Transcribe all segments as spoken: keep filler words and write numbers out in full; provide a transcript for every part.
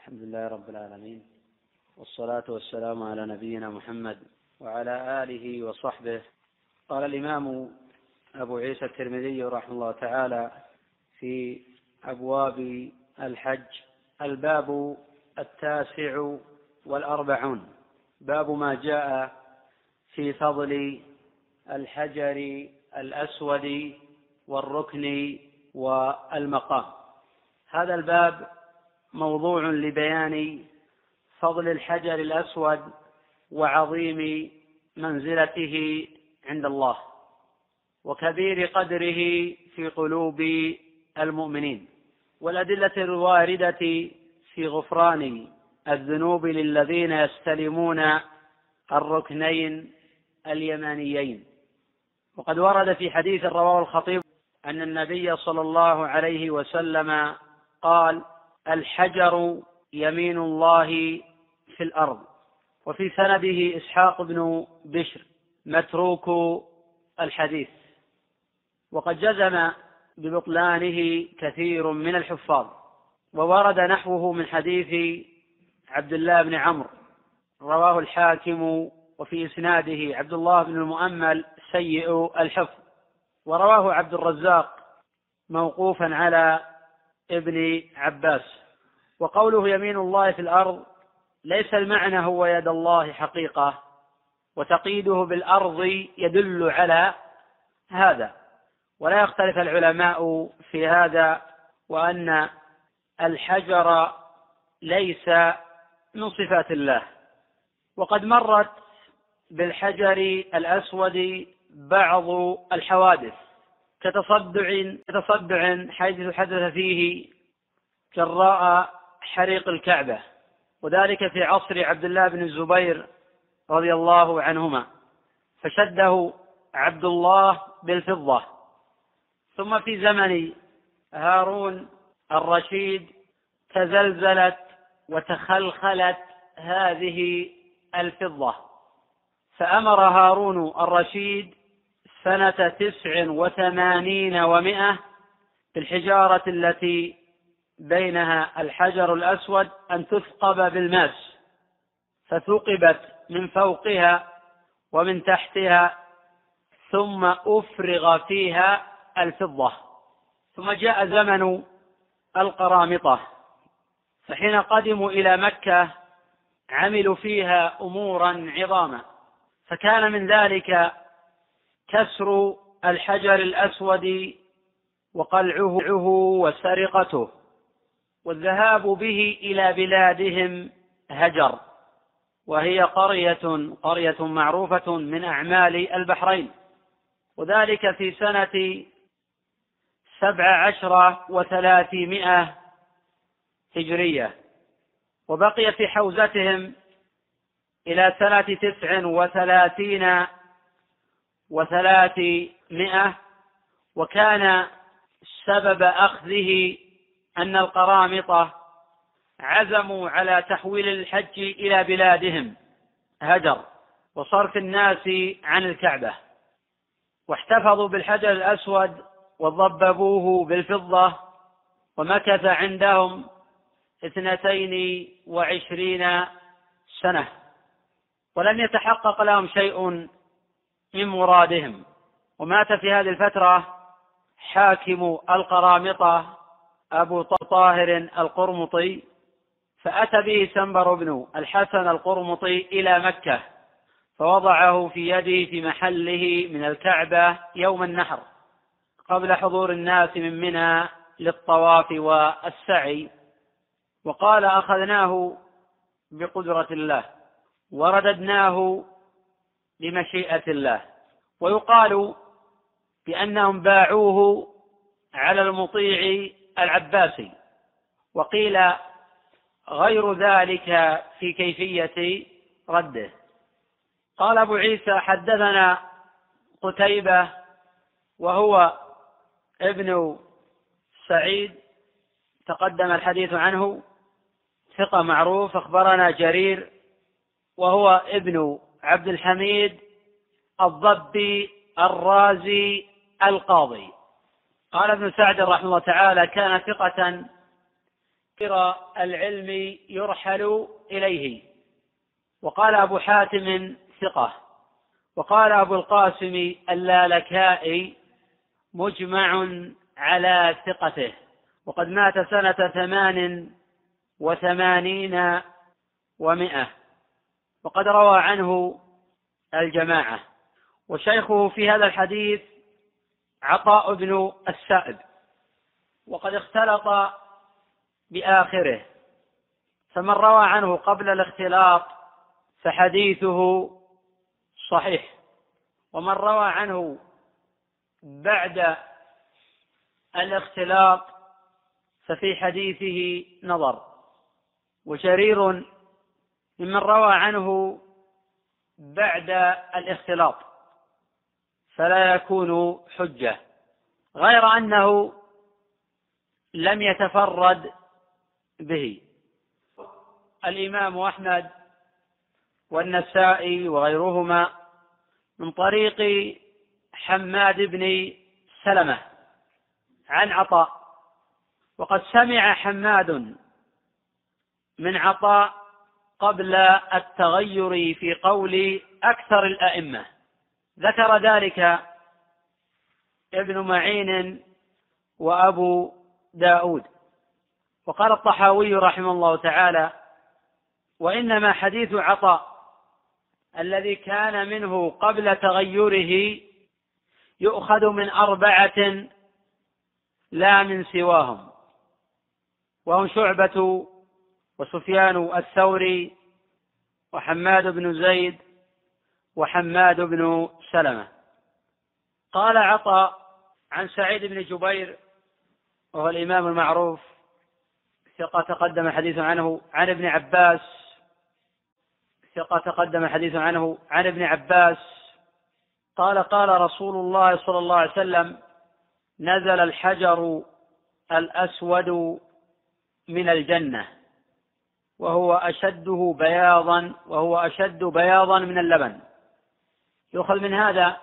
الحمد لله رب العالمين، والصلاة والسلام على نبينا محمد وعلى آله وصحبه. قال الإمام أبو عيسى الترمذي رحمه الله تعالى في أبواب الحج: الباب التاسع والأربعون، باب ما جاء في فضل الحجر الأسود والركن والمقام. هذا الباب موضوع لبيان فضل الحجر الأسود وعظيم منزلته عند الله وكبير قدره في قلوب المؤمنين، والأدلة الواردة في غفران الذنوب للذين يستلمون الركنين اليمانيين. وقد ورد في حديث رواه الخطيب أن النبي صلى الله عليه وسلم قال: الحجر يمين الله في الأرض. وفي سنده إسحاق بن بشر متروك الحديث، وقد جزم ببطلانه كثير من الحفاظ. وورد نحوه من حديث عبد الله بن عمرو رواه الحاكم، وفي إسناده عبد الله بن المؤمل سيء الحفظ، ورواه عبد الرزاق موقوفا على ابن عباس. وقوله يمين الله في الأرض ليس المعنى هو يد الله حقيقة، وتقييده بالأرض يدل على هذا، ولا يختلف العلماء في هذا، وأن الحجر ليس من صفات الله. وقد مرت بالحجر الأسود بعض الحوادث كتصدع كتصدع حيث حدث فيه جراء حريق الكعبة، وذلك في عصر عبد الله بن الزبير رضي الله عنهما، فشده عبد الله بالفضة. ثم في زمن هارون الرشيد تزلزلت وتخلخلت هذه الفضة، فأمر هارون الرشيد سنة تسع وثمانين ومائة بالحجارة التي بينها الحجر الأسود أن تثقب بالماس، فثقبت من فوقها ومن تحتها، ثم أفرغ فيها الفضة. ثم جاء زمن القرامطة، فحين قدموا إلى مكة عملوا فيها أمورا عظاما، فكان من ذلك كسر الحجر الأسود وقلعه وسرقته والذهاب به إلى بلادهم هجر، وهي قرية قرية معروفة من أعمال البحرين، وذلك في سنة سبع عشر وثلاثمائة هجرية. وبقي في حوزتهم إلى سنة تسع وثلاثين وثلاثمائة، وكان سبب أخذه أن القرامطة عزموا على تحويل الحج إلى بلادهم هجر وصرف الناس عن الكعبة، واحتفظوا بالحجر الأسود وضببوه بالفضة، ومكث عندهم اثنتين وعشرين سنة، ولم يتحقق لهم شيء من مرادهم. ومات في هذه الفترة حاكم القرامطة أبو طاهر القرمطي، فأتى به سنبر بن الحسن القرمطي إلى مكة، فوضعه في يده في محله من الكعبة يوم النحر قبل حضور الناس من منى للطواف والسعي، وقال: أخذناه بقدرة الله ورددناه بمشيئة الله. ويقال بأنهم باعوه على المطيع العباسي، وقيل غير ذلك في كيفية رده. قال أبو عيسى: حدثنا قتيبة وهو ابن سعيد تقدم الحديث عنه، ثقة معروف. أخبرنا جرير وهو ابن عبد الحميد الضبي الرازي القاضي. قال ابن سعد رحمه الله تعالى: كان ثقة غير العلم يرحل إليه. وقال أبو حاتم ثقة. وقال أبو القاسم اللالكائي مجمع على ثقته، وقد مات سنة ثمان وثمانين ومئة، وقد روى عنه الجماعة. وشيخه في هذا الحديث عطاء بن السائب، وقد اختلط بآخره، فمن روى عنه قبل الاختلاط فحديثه صحيح، ومن روى عنه بعد الاختلاط ففي حديثه نظر. وشرير ممن روى عنه بعد الاختلاط فلا يكون حجة، غير أنه لم يتفرد به. الإمام أحمد والنسائي وغيرهما من طريق حماد بن سلمة عن عطاء، وقد سمع حماد من عطاء قبل التغير في قول أكثر الأئمة، ذكر ذلك ابن معين وأبو داود. وقال الطحاوي رحمه الله تعالى: وإنما حديث عطاء الذي كان منه قبل تغيره يؤخذ من أربعة لا من سواهم، وهم شعبة وسفيان الثوري وحماد بن زيد وحماد بن سلمة. قال عطاء عن سعيد بن جبير وهو الإمام المعروف ثقة تقدم حديث عنه عن ابن عباس ثقة تقدم حديث عنه عن ابن عباس قال: قال رسول الله صلى الله عليه وسلم: نزل الحجر الأسود من الجنة وهو أشده بياضا وهو أشد بياضا من اللبن. يؤخذ من هذا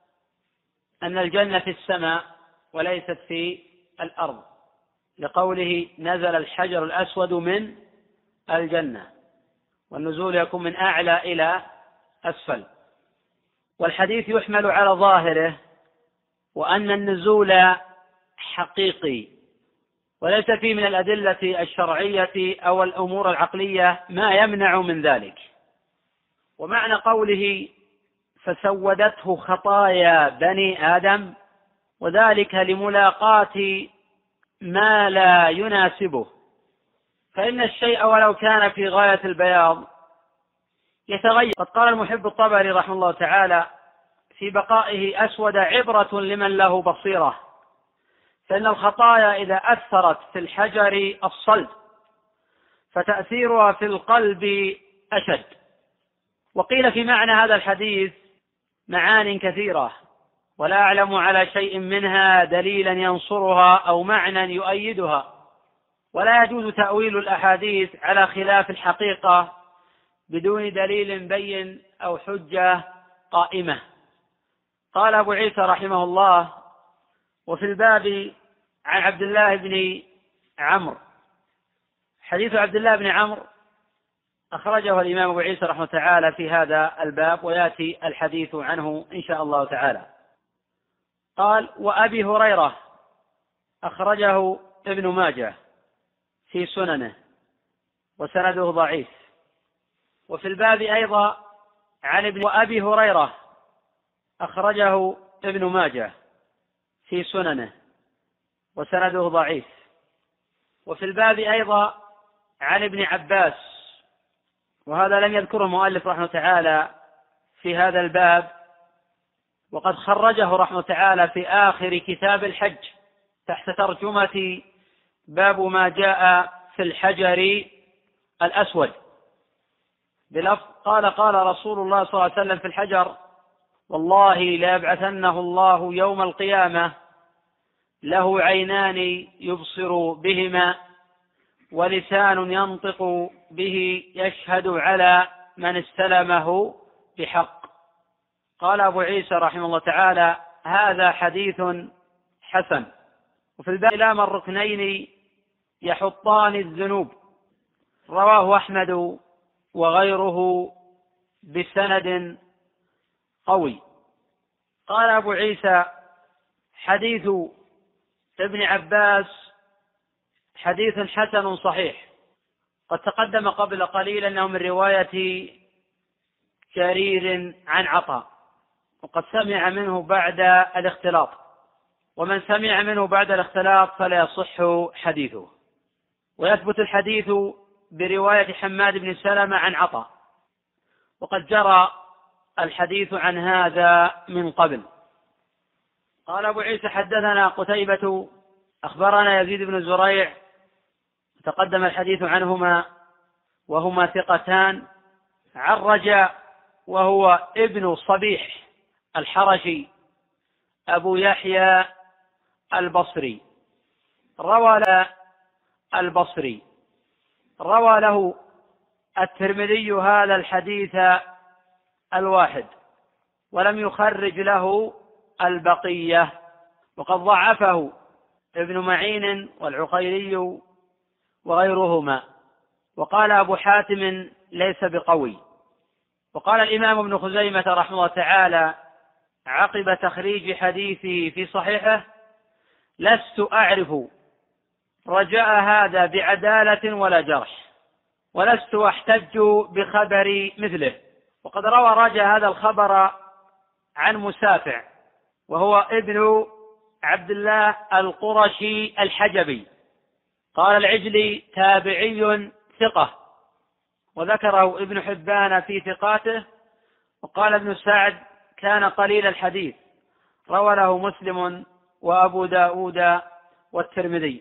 أن الجنة في السماء وليست في الأرض، لقوله نزل الحجر الأسود من الجنة، والنزول يكون من أعلى إلى أسفل. والحديث يحمل على ظاهره وأن النزول حقيقي، وليس فيه من الأدلة الشرعية أو الأمور العقلية ما يمنع من ذلك. ومعنى قوله فسودته خطايا بني آدم، وذلك لملاقاة ما لا يناسبه، فإن الشيء ولو كان في غاية البياض يتغير. قد قال المحب الطبري رحمه الله تعالى في بقائه: أسود عبرة لمن له بصيرة، فإن الخطايا إذا أثرت في الحجر الصلب فتأثيرها في القلب أشد. وقيل في معنى هذا الحديث معان كثيرة، ولا أعلم على شيء منها دليلا ينصرها أو معنى يؤيدها، ولا يجوز تأويل الأحاديث على خلاف الحقيقة بدون دليل بين أو حجة قائمة. قال أبو عيسى رحمه الله: وفي الباب عن عبد الله بن عمرو. حديث عبد الله بن عمرو أخرجه الإمام أبو عيسى رحمه تعالى في هذا الباب، ويأتي الحديث عنه إن شاء الله تعالى. قال: وأبي هريرة أخرجه ابن ماجه في سننه وسنده ضعيف. وفي الباب أيضا عن ابن وأبي هريرة أخرجه ابن ماجه في سننه وسنده ضعيف. وفي الباب أيضا عن ابن عباس، وهذا لم يذكره المؤلف رحمه تعالى في هذا الباب، وقد خرجه رحمه تعالى في آخر كتاب الحج تحت ترجمة باب ما جاء في الحجر الأسود بلفظ: قال قال رسول الله صلى الله عليه وسلم في الحجر: والله ليبعثنه الله يوم القيامة له عينان يبصر بهما ولسان ينطق به يشهد على من استلمه بحق. قال أبو عيسى رحمه الله تعالى: هذا حديث حسن. وفي الباب إلام الركنين يحطان الذنوب. رواه أحمد وغيره بسند قوي. قال أبو عيسى: حديث ابن عباس حديث حسن صحيح. قد تقدم قبل قليل أنه من رواية جرير عن عطاء، وقد سمع منه بعد الاختلاط، ومن سمع منه بعد الاختلاط فلا يصح حديثه. ويثبت الحديث برواية حماد بن سلمة عن عطاء، وقد جرى الحديث عن هذا من قبل. قال أبو عيسى: حدثنا قتيبة أخبرنا يزيد بن زريع، تقدم الحديث عنهما وهما ثقتان، عن رجاء وهو ابن صبيح الحرشي أبو يحيى البصري، روى له البصري روى له الترمذي هذا الحديث الواحد، ولم يخرج له البقية، وقد ضعفه ابن معين والعقيلي وغيرهما. وقال أبو حاتم: ليس بقوي. وقال الإمام ابن خزيمة رحمه الله تعالى عقب تخريج حديثه في صحيحه: لست أعرف رجاء هذا بعدالة ولا جرح، ولست أحتج بخبر مثله. وقد روى رجاء هذا الخبر عن مسافع وهو ابن عبد الله القرشي الحجبي. قال العجلي: تابعي ثقة، وذكره ابن حبان في ثقاته. وقال ابن سعد: كان قليل الحديث، روى له مسلم وأبو داود والترمذي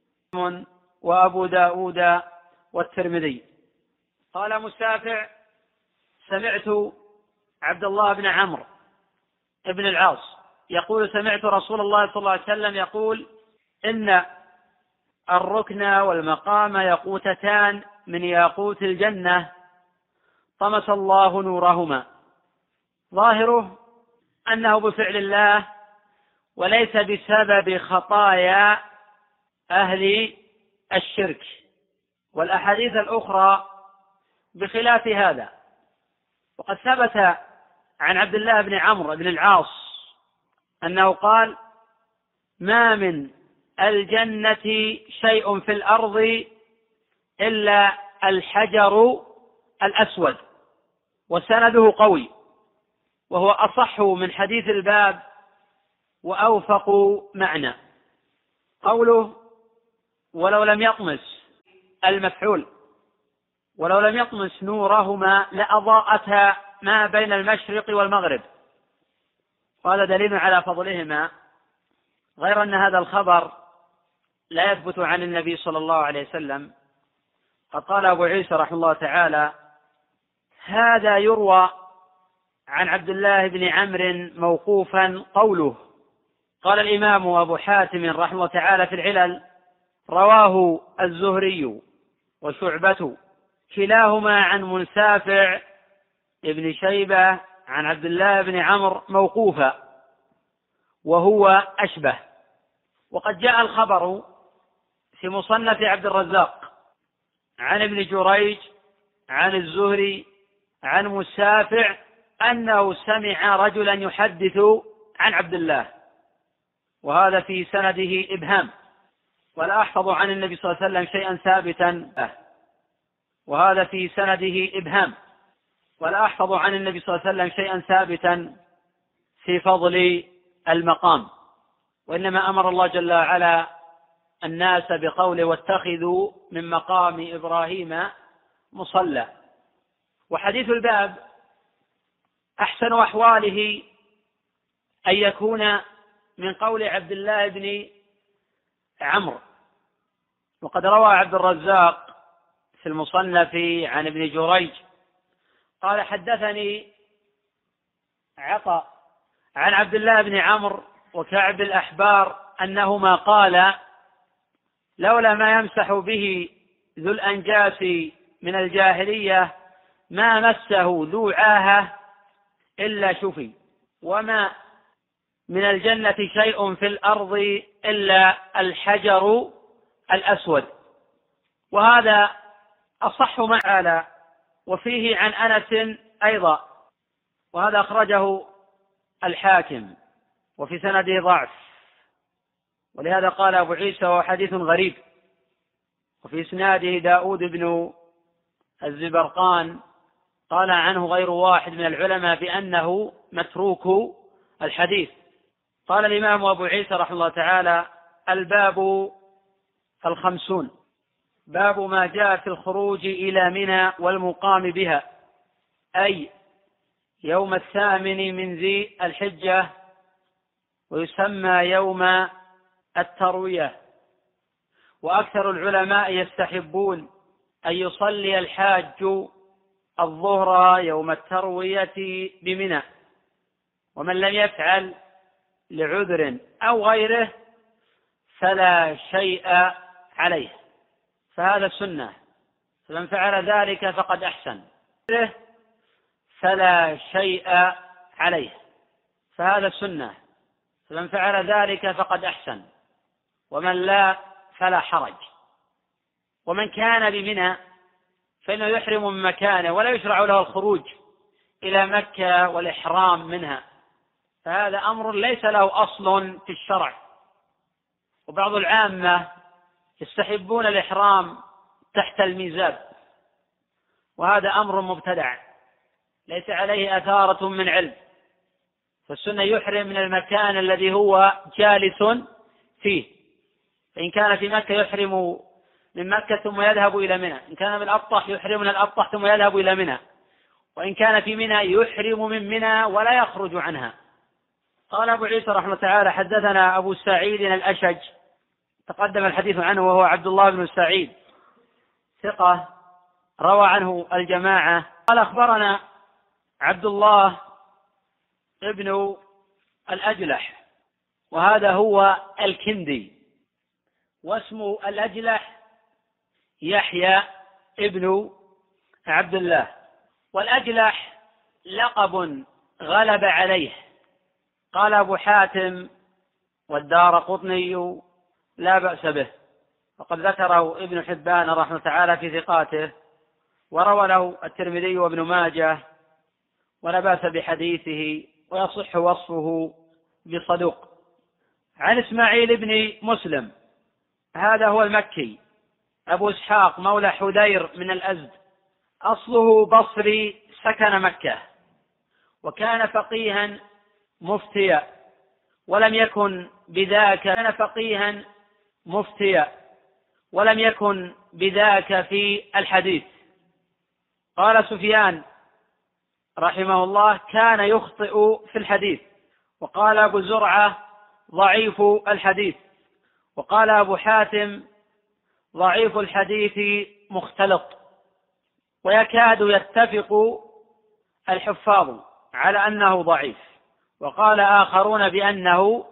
وأبو داود والترمذي. قال مسافع: سمعت عبد الله بن عمرو بن العاص يقول: سمعت رسول الله صلى الله عليه وسلم يقول: إن الركن والمقام يقوتتان من ياقوت الجنة طمس الله نورهما. ظاهره أنه بفعل الله وليس بسبب خطايا أهل الشرك. والأحاديث الأخرى بخلاف هذا. وقد ثبت عن عبد الله بن عمرو بن العاص أنه قال: ما من الجنة شيء في الأرض إلا الحجر الأسود. وسنده قوي، وهو أصح من حديث الباب وأوفق معنى. قوله: ولو لم يطمس المفعول، ولو لم يطمس نورهما لأضاءتها ما بين المشرق والمغرب. وهذا دليل على فضلهما، غير أن هذا الخبر لا يثبت عن النبي صلى الله عليه وسلم. قد قال أبو عيسى رحمه الله تعالى: هذا يروى عن عبد الله بن عمرو موقوفا قوله. قال الإمام أبو حاتم رحمه الله تعالى في العلل: رواه الزهري وشعبة كلاهما عن منسافع ابن شيبة عن عبد الله بن عمرو موقوفا، وهو أشبه. وقد جاء الخبر في مصنف عبد الرزاق عن ابن جريج عن الزهري عن مسافع أنه سمع رجلا يحدث عن عبد الله، وهذا في سنده إبهام، ولا أحفظ عن النبي صلى الله عليه وسلم شيئا ثابتا، وهذا في سنده إبهام، ولا أحفظ عن النبي صلى الله عليه وسلم شيئا ثابتا في فضل المقام. وإنما أمر الله جل وعلا الناس بقوله: واتخذوا من مقام إبراهيم مصلى. وحديث الباب أحسن أحواله أن يكون من قول عبد الله بن عمرو. وقد روى عبد الرزاق في المصنف عن ابن جريج قال: حدثني عطاء عن عبد الله بن عمرو وكعب الأحبار أنهما قال: لولا ما يمسح به ذو الأنجاس من الجاهلية ما مسه ذو عاهة إلا شفي، وما من الجنة شيء في الأرض إلا الحجر الأسود. وهذا أصح ما قال. وفيه عن أنس أيضا، وهذا أخرجه الحاكم وفي سنده ضعف، ولهذا قال أبو عيسى وهو حديث غريب. وفي إسناده داود بن الزبرقان قال عنه غير واحد من العلماء بأنه متروك الحديث. قال الإمام أبو عيسى رحمه الله تعالى: الباب الخمسون، باب ما جاء في الخروج إلى منى والمقام بها، أي يوم الثامن من ذي الحجة، ويسمى يوم التروية. وأكثر العلماء يستحبون أن يصلي الحاج الظهر يوم التروية بمنى، ومن لم يفعل لعذر أو غيره فلا شيء عليه، فهذا السنة، فمن فعل ذلك فقد أحسن، فلا شيء عليه، فهذا السنة، فمن فعل ذلك فقد أحسن، ومن لا فلا حرج. ومن كان بمنى فإنه يحرم من مكانه، ولا يشرع له الخروج إلى مكة والإحرام منها، فهذا أمر ليس له أصل في الشرع. وبعض العامة يستحبون الإحرام تحت الميزاب، وهذا أمر مبتدع ليس عليه أثارة من علم، فالسنة يحرم من المكان الذي هو جالس فيه، فإن كان في مكة يحرم من مكة ثم يذهب إلى منى، إن كان من الأبطح يحرم من الأبطح ثم يذهب إلى منى، وإن كان في منى يحرم من منى ولا يخرج عنها. قال أبو عيسى رحمه الله تعالى: حدثنا أبو سعيد الأشج، تقدم الحديث عنه، وهو عبد الله بن سعيد، ثقة روى عنه الجماعة. قال: أخبرنا عبد الله ابن الأجلح، وهذا هو الكندي، واسم الأجلح يحيى ابن عبد الله. والأجلح لقب غلب عليه. قال أبو حاتم والدارقطني لا بأس به، وقد ذكره ابن حبان رحمه تعالى في ثقاته، وروى له الترمذي وابن ماجه، ولا بأس بحديثه، ويصح وصفه بصدوق. عن إسماعيل بن مسلم، هذا هو المكي، أبو إسحاق مولى حدير من الأزد، أصله بصري، سكن مكة، وكان فقيها مفتيا، ولم يكن بذاك كان فقيها مفتيا ولم يكن بذاك في الحديث. قال سفيان رحمه الله: كان يخطئ في الحديث. وقال أبو زرعة: ضعيف الحديث. وقال أبو حاتم: ضعيف الحديث مختلط. ويكاد يتفق الحفاظ على أنه ضعيف، وقال آخرون بأنه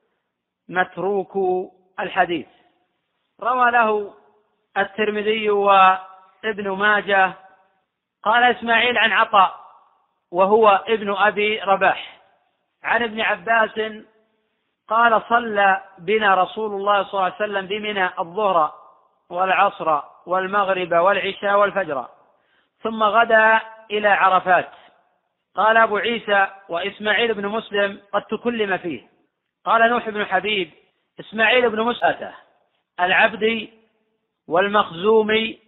متروك الحديث. روى له الترمذي وابن ماجه. قال إسماعيل عن عطاء وهو ابن أبي رباح عن ابن عباس قال: صلى بنا رسول الله صلى الله عليه وسلم بمنى الظهر والعصر والمغرب والعشاء والفجر، ثم غدا إلى عرفات. قال أبو عيسى: وإسماعيل بن مسلم قد تكلم فيه. قال نوح بن حبيب: إسماعيل بن مسلم العبدي والمخزومي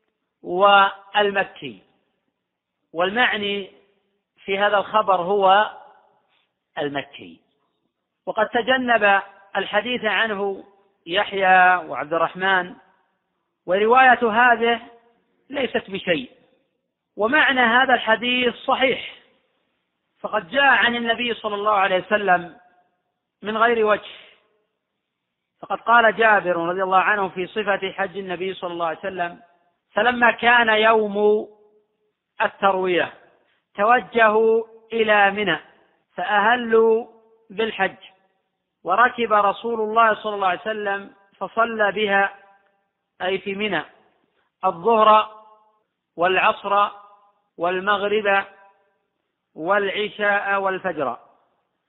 والمكي، والمعني في هذا الخبر هو المكي. وقد تجنب الحديث عنه يحيى وعبد الرحمن، ورواية هذه ليست بشيء، ومعنى هذا الحديث صحيح، فقد جاء عن النبي صلى الله عليه وسلم من غير وجه. فقد قال جابر رضي الله عنه في صفة حج النبي صلى الله عليه وسلم: فلما كان يوم التروية توجهوا إلى منى فأهلوا بالحج، وركب رسول الله صلى الله عليه وسلم فصلى بها، أي في منى، الظهر والعصر والمغرب والعشاء والفجر،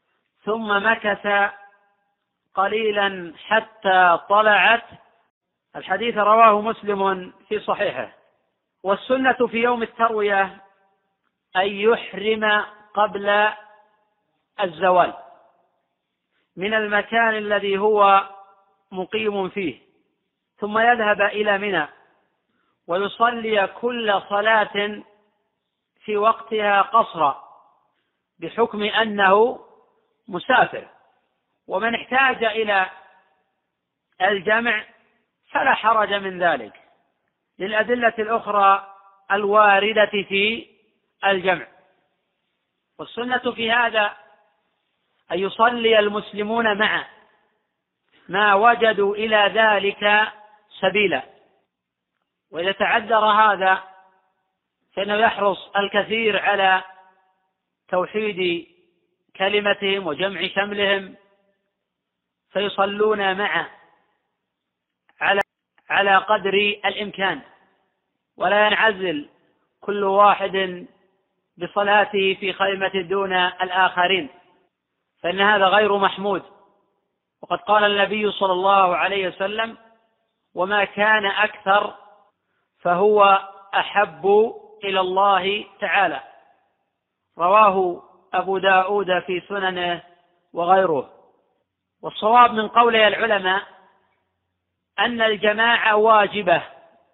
ثم مكث قليلا حتى طلعت الحديث رواه مسلم في صحيحه. والسنة في يوم التروية أن يحرم قبل الزوال من المكان الذي هو مقيم فيه، ثم يذهب إلى منى ويصلي كل صلاة في وقتها قصرا بحكم أنه مسافر. ومن احتاج إلى الجمع فلا حرج من ذلك للأدلة الأخرى الواردة في الجمع. والسنة في هذا أن يصلي المسلمون معا ما وجدوا إلى ذلك سبيلا، وإذا تعذر هذا فإنه يحرص الكثير على توحيد كلمتهم وجمع شملهم فيصلون معا على على قدر الإمكان، ولا ينعزل كل واحد بصلاته في خيمة دون الآخرين، فإن هذا غير محمود. وقد قال النبي صلى الله عليه وسلم: وما كان أكثر فهو أحب إلى الله تعالى. رواه أبو داود في سننه وغيره. والصواب من قولي العلماء أن الجماعة واجبة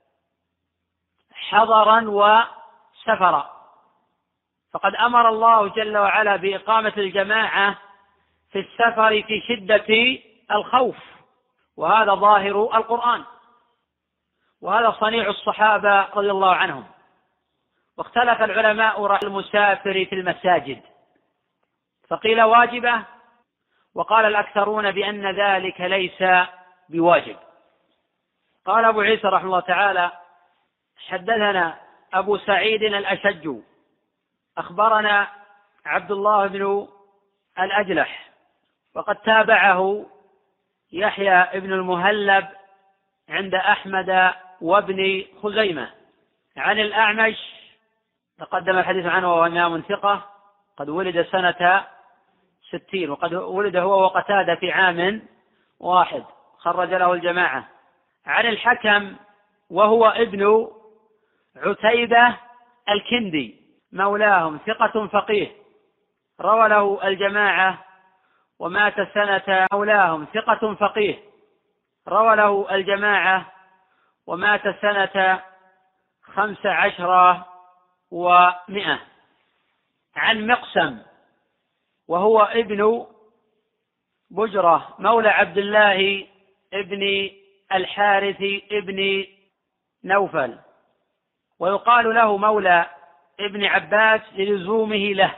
حضرا وسفرا، فقد أمر الله جل وعلا بإقامة الجماعة في السفر في شدة الخوف، وهذا ظاهر القرآن، وهذا صنيع الصحابة رضي الله عنهم. واختلف العلماء رأي المسافر في المساجد، فقيل واجبة، وقال الأكثرون بأن ذلك ليس بواجب. قال أبو عيسى رحمه الله تعالى: حدثنا أبو سعيد الأشج أخبرنا عبد الله بن الأجلح، وقد تابعه يحيى بن المهلب عند أحمد وابن خزيمة عن الأعمش، تقدم الحديث عنه وهو إمام ثقة، قد ولد سنة ستين، وقد ولد هو وقتادة في عام واحد، خرج له الجماعة. عن الحكم وهو ابن عتيبة الكندي مولاهم، ثقة فقيه، روى له الجماعة، ومات سنة مولاهم ثقة فقيه، روى له الجماعة، ومات سنة خمس عشر ومئة. عن مقسم وهو ابن بجرة مولى عبد الله ابن الحارث ابن نوفل، ويقال له مولى ابن عباس للزومه له،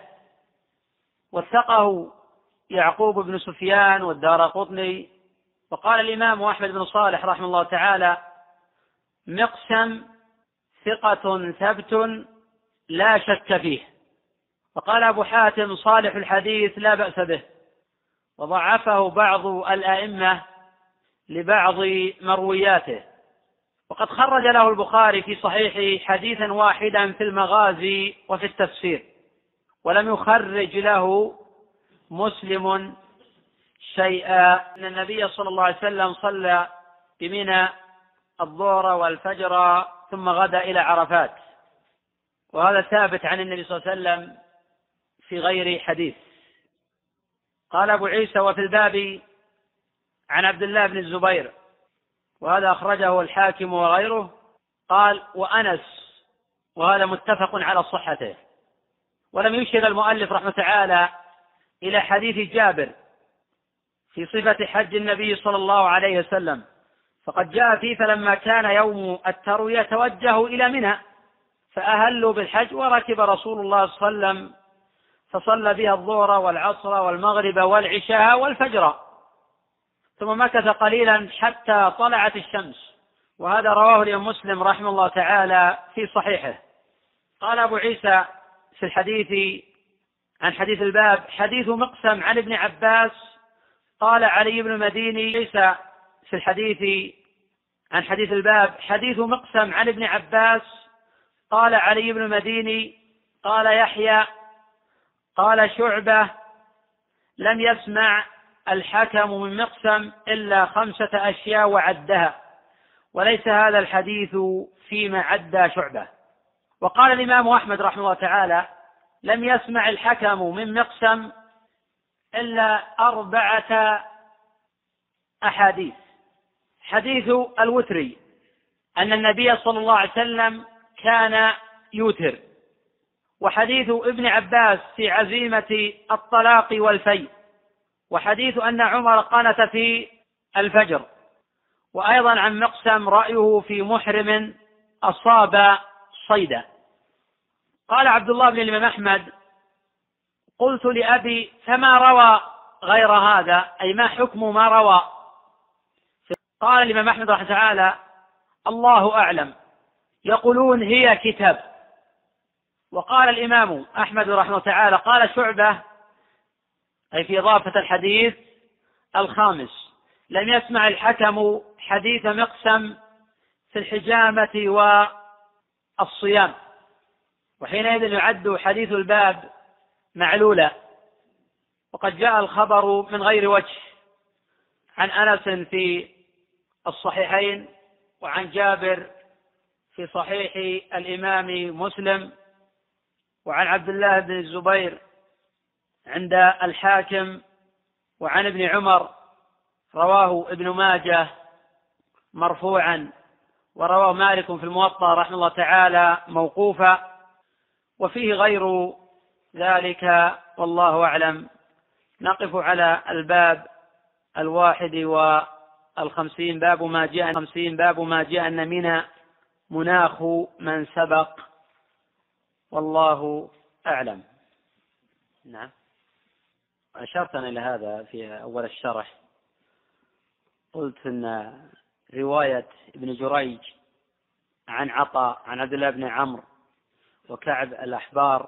وثقه يعقوب بن سفيان والدارقطني. وقال الإمام أحمد بن صالح رحمه الله تعالى: مقسم ثقة ثبت لا شك فيه. وقال أبو حاتم: صالح الحديث لا بأس به، وضعفه بعض الأئمة لبعض مروياته. وقد خرج له البخاري في صحيحه حديثا واحدا في المغازي وفي التفسير، ولم يخرج له مسلم شيئا. أن النبي صلى الله عليه وسلم صلى بمنى الظهر والفجر ثم غدا إلى عرفات، وهذا ثابت عن النبي صلى الله عليه وسلم في غير حديث. قال أبو عيسى: وفي الباب عن عبد الله بن الزبير، وهذا أخرجه الحاكم وغيره. قال: وأنس، وهذا متفق على صحته. ولم يشير المؤلف رحمه تعالى إلى حديث جابر في صفة حج النبي صلى الله عليه وسلم، فقد جاء فيه: فلما كان يوم التروية توجهوا إلى منى فأهلوا بالحج، وركب رسول الله صلى الله عليه وسلم فصلى بها الظهر والعصر والمغرب والعشاء والفجر، ثم مكث قليلا حتى طلعت الشمس. وهذا رواه الإمام مسلم رحمه الله تعالى في صحيحه. قال أبو عيسى في الحديث عن حديث الباب: حديث مقسم عن ابن عباس قال علي بن المديني. ليس في الحديث عن حديث الباب حديث مقسم عن ابن عباس قال علي بن المديني قال يحيى قال شعبة لم يسمع الحكم من مقسم إلا خمسة أشياء وعدها، وليس هذا الحديث فيما عدى شعبة. وقال الإمام أحمد رحمه الله تعالى: لم يسمع الحكم من مقسم إلا أربعة أحاديث. حديث الوتر أن النبي صلى الله عليه وسلم كان يوتر، وحديث ابن عباس في عزيمة الطلاق والفي، وحديث أن عمر قنت في الفجر، وأيضا عن مقسم رأيه في محرم أصاب صيدا. قال عبد الله بن الإمام أحمد: قلت لأبي: فما روى غير هذا؟ أي ما حكم ما روى؟ قال الإمام أحمد رحمه تعالى: الله أعلم، يقولون هي كتاب. وقال الإمام أحمد رحمه تعالى: قال شعبة، أي في إضافة الحديث الخامس: لم يسمع الحكم حديث مقسم في الحجامة والصيام. وحينئذ يعد حديث الباب معلولا. وقد جاء الخبر من غير وجه عن أنس في الصحيحين، وعن جابر في صحيح الإمام مسلم، وعن عبد الله بن الزبير عند الحاكم، وعن ابن عمر رواه ابن ماجه مرفوعا، ورواه مالك في الموطأ رحمه الله تعالى موقوفا، وفيه غير ذلك والله أعلم. نقف على الباب الواحد والخمسين، باب ما جاء خمسين باب ما جاء أن من مناخ من سبق، والله أعلم. نعم، أشرتنا إلى هذا في أول الشرح، قلت أن رواية ابن جريج عن عطاء عن عبد الله بن عمرو وكعب الأحبار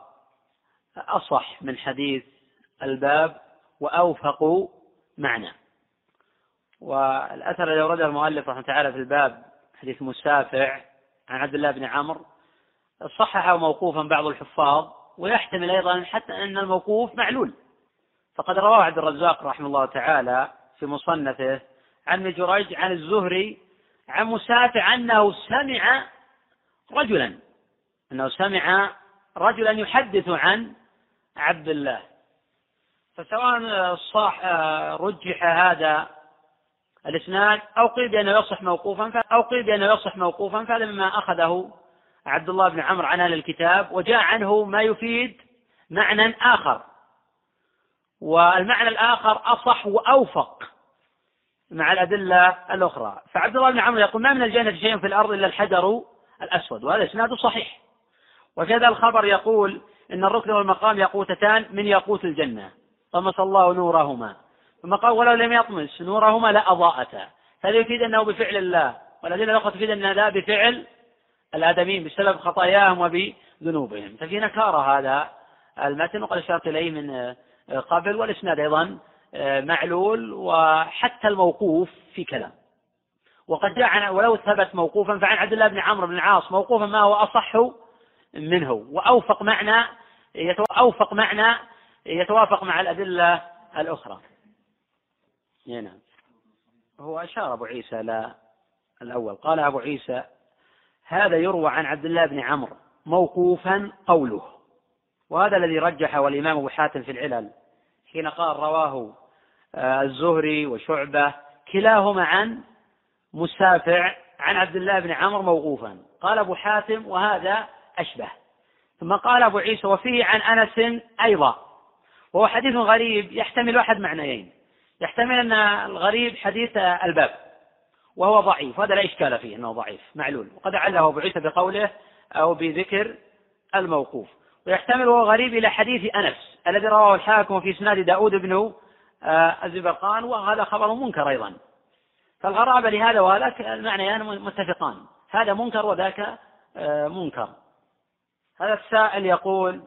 أصح من حديث الباب وأوفق معنى. والأثر الذي أورده المؤلف رحمه تعالى في الباب حديث مسافع عن عبد الله بن عمرو صححه موقوفا بعض الحفاظ، ويحتمل أيضا حتى أن الموقوف معلول، فقد رواه عبد الرزاق رحمه الله تعالى في مصنفه عن ابن جريج عن الزهري عن مسافع أنه سمع رجلا أنه سمع رجلا يحدث عن عبد الله. فسواء صح رجح هذا الإسناد أو قيل بأنه يصح موقوفا أو قيل بأنه يصح موقوفا، فهذا مما أخذه عبد الله بن عمرو عن أهل الكتاب، وجاء عنه ما يفيد معنى آخر، والمعنى الآخر أصح وأوفق مع الأدلة الأخرى. فعبد الله بن عمرو يقول: ما من الجنة شيء في الأرض إلا الحجر الأسود، وهذا إسناد صحيح. وكذا الخبر يقول: إن الركن والمقام يقوتتان من يقوت الجنة طمس الله نورهما، ثم قال: ولو لم يطمس نورهما لأضاءتا. هذا يفيد أنه بفعل الله، والأدلة الأخرى تفيد أنه لا بفعل الآدمين بسبب خطاياهم وبذنوبهم. ففي نكارة هذا المتن، وقد أشرت إليه من قبل، والإسناد أيضا معلول، وحتى الموقوف في كلام. وقد جاء ولو ثبت موقوفا فعن عبد الله بن عمرو بن العاص موقوفا ما هو أصح منه وأوفق معنى أوفق معنى يتوافق مع الأدلة الأخرى. نعم. هو أشار أبو عيسى لا الأول، قال أبو عيسى: هذا يروى عن عبد الله بن عمرو موقوفا قوله، وهذا الذي رجحه الإمام أبو حاتم في العلل حين قال رواه الزهري وشعبة كلاهما عن مسافع عن عبد الله بن عمرو موقوفا. قال أبو حاتم: وهذا أشبه. ثم قال أبو عيسى: وفيه عن أنس أيضا، وهو حديث غريب يحتمل أحد معنيين: يحتمل أن الغريب حديث الباب وهو ضعيف، هذا لا إشكال فيه أنه ضعيف معلول، وقد عله أبو عيسى بقوله أو بذكر الموقوف. ويحتمل هو غريب إلى حديث أنس الذي رواه الحاكم في إسناد داود بن الزبرقان، وهذا خبر منكر أيضا. فالغرابة لهذا وهذاك المعنيان متفقان، هذا منكر وذاك منكر. هذا السائل يقول: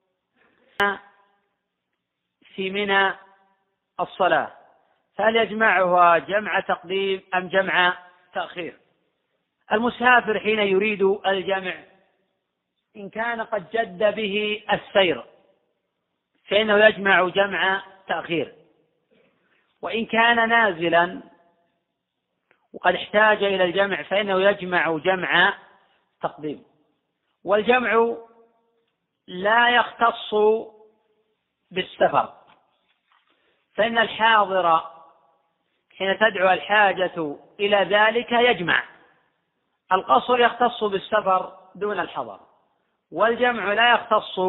في منى الصلاة فهل يجمعها جمع تقديم أم جمع تأخير؟ المسافر حين يريد الجمع إن كان قد جد به السير فإنه يجمع جمع تأخير، وإن كان نازلا وقد احتاج إلى الجمع فإنه يجمع جمع تقديم. والجمع لا يختص بالسفر، فإن الحاضر حين تدعو الحاجة إلى ذلك يجمع. القصر يختص بالسفر دون الحضر، والجمع لا يختص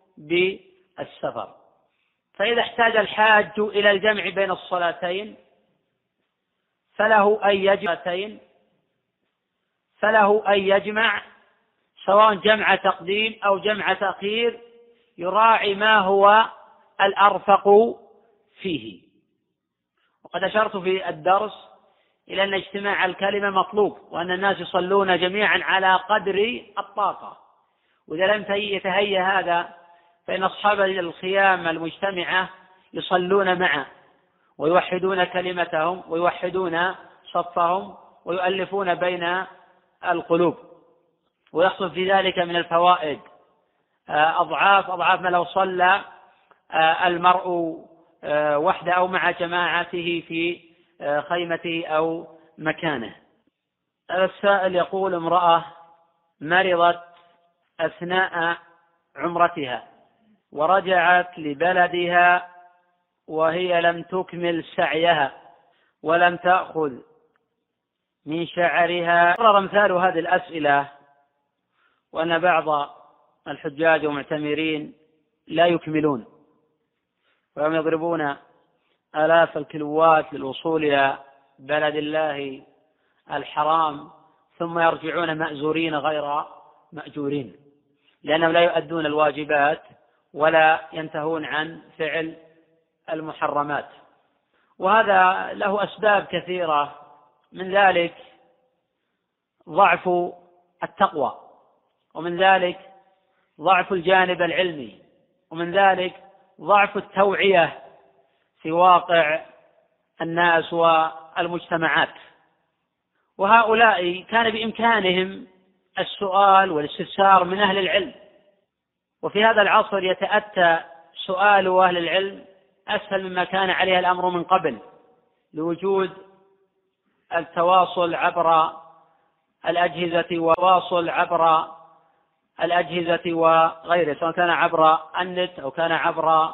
بالسفر. فإذا احتاج الحاج إلى الجمع بين الصلاتين فله أن يجمع فله أن يجمع سواء جمع تقديم أو جمع تأخير، يراعي ما هو الأرفق فيه. وقد أشرت في الدرس إلى أن اجتماع الكلمة مطلوب، وأن الناس يصلون جميعا على قدر الطاقة، وإذا لم يتهيأ هذا فإن أصحاب الخيام المجتمعة يصلون معا ويوحدون كلمتهم ويوحدون صفهم ويؤلفون بين القلوب، ويحصل في ذلك من الفوائد أضعاف أضعاف ما لو صلى المرء وحده أو مع جماعته في خيمته أو مكانه. السائل يقول: امرأة مرضت أثناء عمرتها ورجعت لبلدها وهي لم تكمل سعيها ولم تأخذ من شعرها. قرر مثال هذه الأسئلة وأن بعض الحجاج والمعتمرين لا يكملون، وهم يضربون آلاف الكيلوات للوصول إلى بلد الله الحرام ثم يرجعون مأزورين غير مأجورين، لأنهم لا يؤدون الواجبات ولا ينتهون عن فعل المحرمات. وهذا له أسباب كثيرة، من ذلك ضعف التقوى، ومن ذلك ضعف الجانب العلمي، ومن ذلك ضعف التوعية في واقع الناس والمجتمعات. وهؤلاء كان بإمكانهم السؤال والاستفسار من أهل العلم، وفي هذا العصر يتأتى سؤال أهل العلم أسهل مما كان عليه الأمر من قبل، لوجود التواصل عبر الأجهزة والتواصل عبر الأجهزة وغيره، سواء كان عبر النت أو كان عبر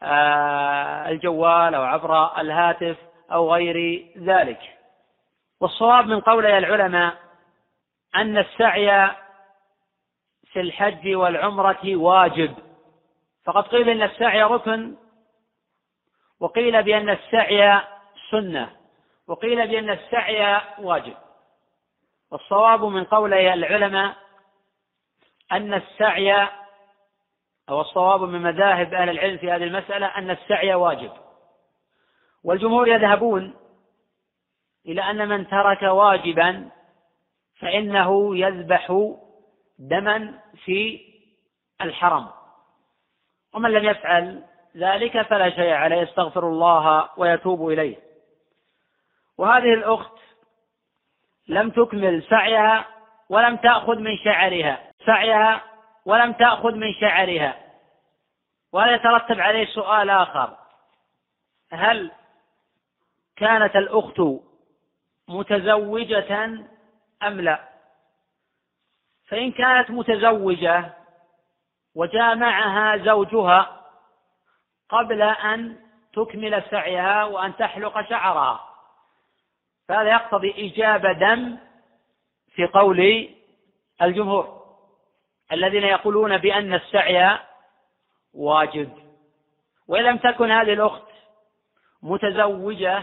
الجوال أو عبر الهاتف أو غير ذلك. والصواب من قولي العلماء أن السعي في الحج والعمرة واجب، فقد قيل إن السعي ركن، وقيل بأن السعي سنة، وقيل بأن السعي واجب. والصواب من قولي العلماء أن السعي، أو الصواب من مذاهب أهل العلم في هذه المسألة، أن السعي واجب. والجمهور يذهبون إلى أن من ترك واجبا فإنه يذبح دما في الحرم، ومن لم يفعل ذلك فلا شيء عليه، يستغفر الله ويتوب إليه. وهذه الأخت لم تكمل سعيها ولم تأخذ من شعرها سعيها ولم تأخذ من شعرها وهذا يترتب عليه سؤال آخر: هل كانت الأخت متزوجة أم لا؟ فإن كانت متزوجة وجامعها زوجها قبل أن تكمل سعيها وأن تحلق شعرها، فهذا يقتضي إيجاب دم في قول الجمهور الذين يقولون بأن السعي واجب. وإن لم تكن هذه الأخت متزوجة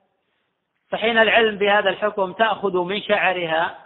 فحين العلم بهذا الحكم تأخذ من شعرها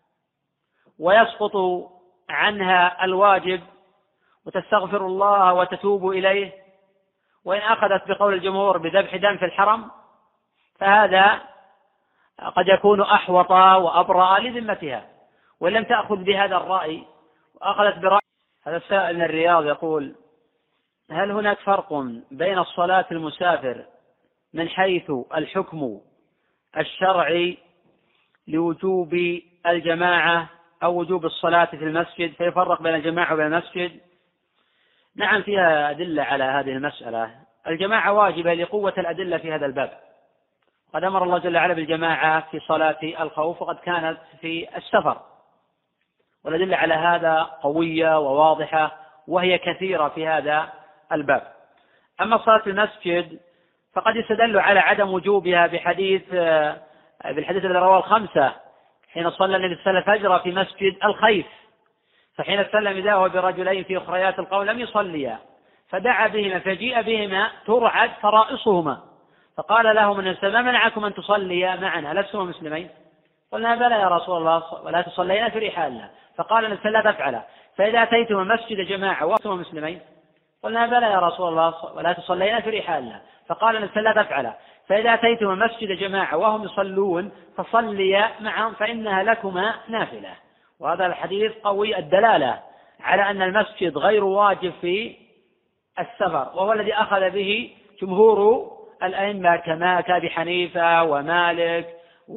ويسقط عنها الواجب وتستغفر الله وتتوب إليه. وإن أخذت بقول الجمهور بذبح دم في الحرم فهذا قد يكون أحوط وأبرأ لذمتها. وإن لم تأخذ بهذا الرأي وأخذت برأي هذا السائل من الرياض يقول: هل هناك فرق بين الصلاة المسافر من حيث الحكم الشرعي لوجوب الجماعة أو وجوب الصلاة في المسجد، فيفرق بين الجماعة وبين المسجد؟ نعم، فيها أدلة على هذه المسألة. الجماعة واجبة لقوة الأدلة في هذا الباب، قد أمر الله جل وعلا بالجماعة في صلاة الخوف وقد كانت في السفر، والأدلة على هذا قوية وواضحة وهي كثيرة في هذا الباب. أما صلاة المسجد فقد يستدل على عدم وجوبها بحديث بالحديث الذي رواه الخمسة حين صلى النبي صلى الله عليه وسلم الفجر في مسجد الخيف، فحين سلم إذا هو برجلين في أخريات القوم لم يصليا فدعا بهما فجيء بهما ترعد فرائصهما فقال لهم النبي صلى الله عليه وسلم: ما منعكم أن تصليا معنا لستما مسلمين؟ قلنا: بلى يا رسول الله ولا تصلينا في رحالنا. فقال النبي صلى الله عليه وسلم: لا تفعل، فإذا أتيتم مسجد جماعة وأنتم مسلمين؟ قلنا: بلى يا رسول الله ولا تصلينا في رحالنا. فقال النبي صلى الله عليه وسلم: لا تفعل، فإذا أتيتم مسجد جماعة وهم يصلون فصليا معهم فإنها لكما نافلة. وهذا الحديث قوي الدلالة على أن المسجد غير واجب في السفر، وهو الذي أخذ به جمهور الأئمة كما كأبي حنيفة ومالك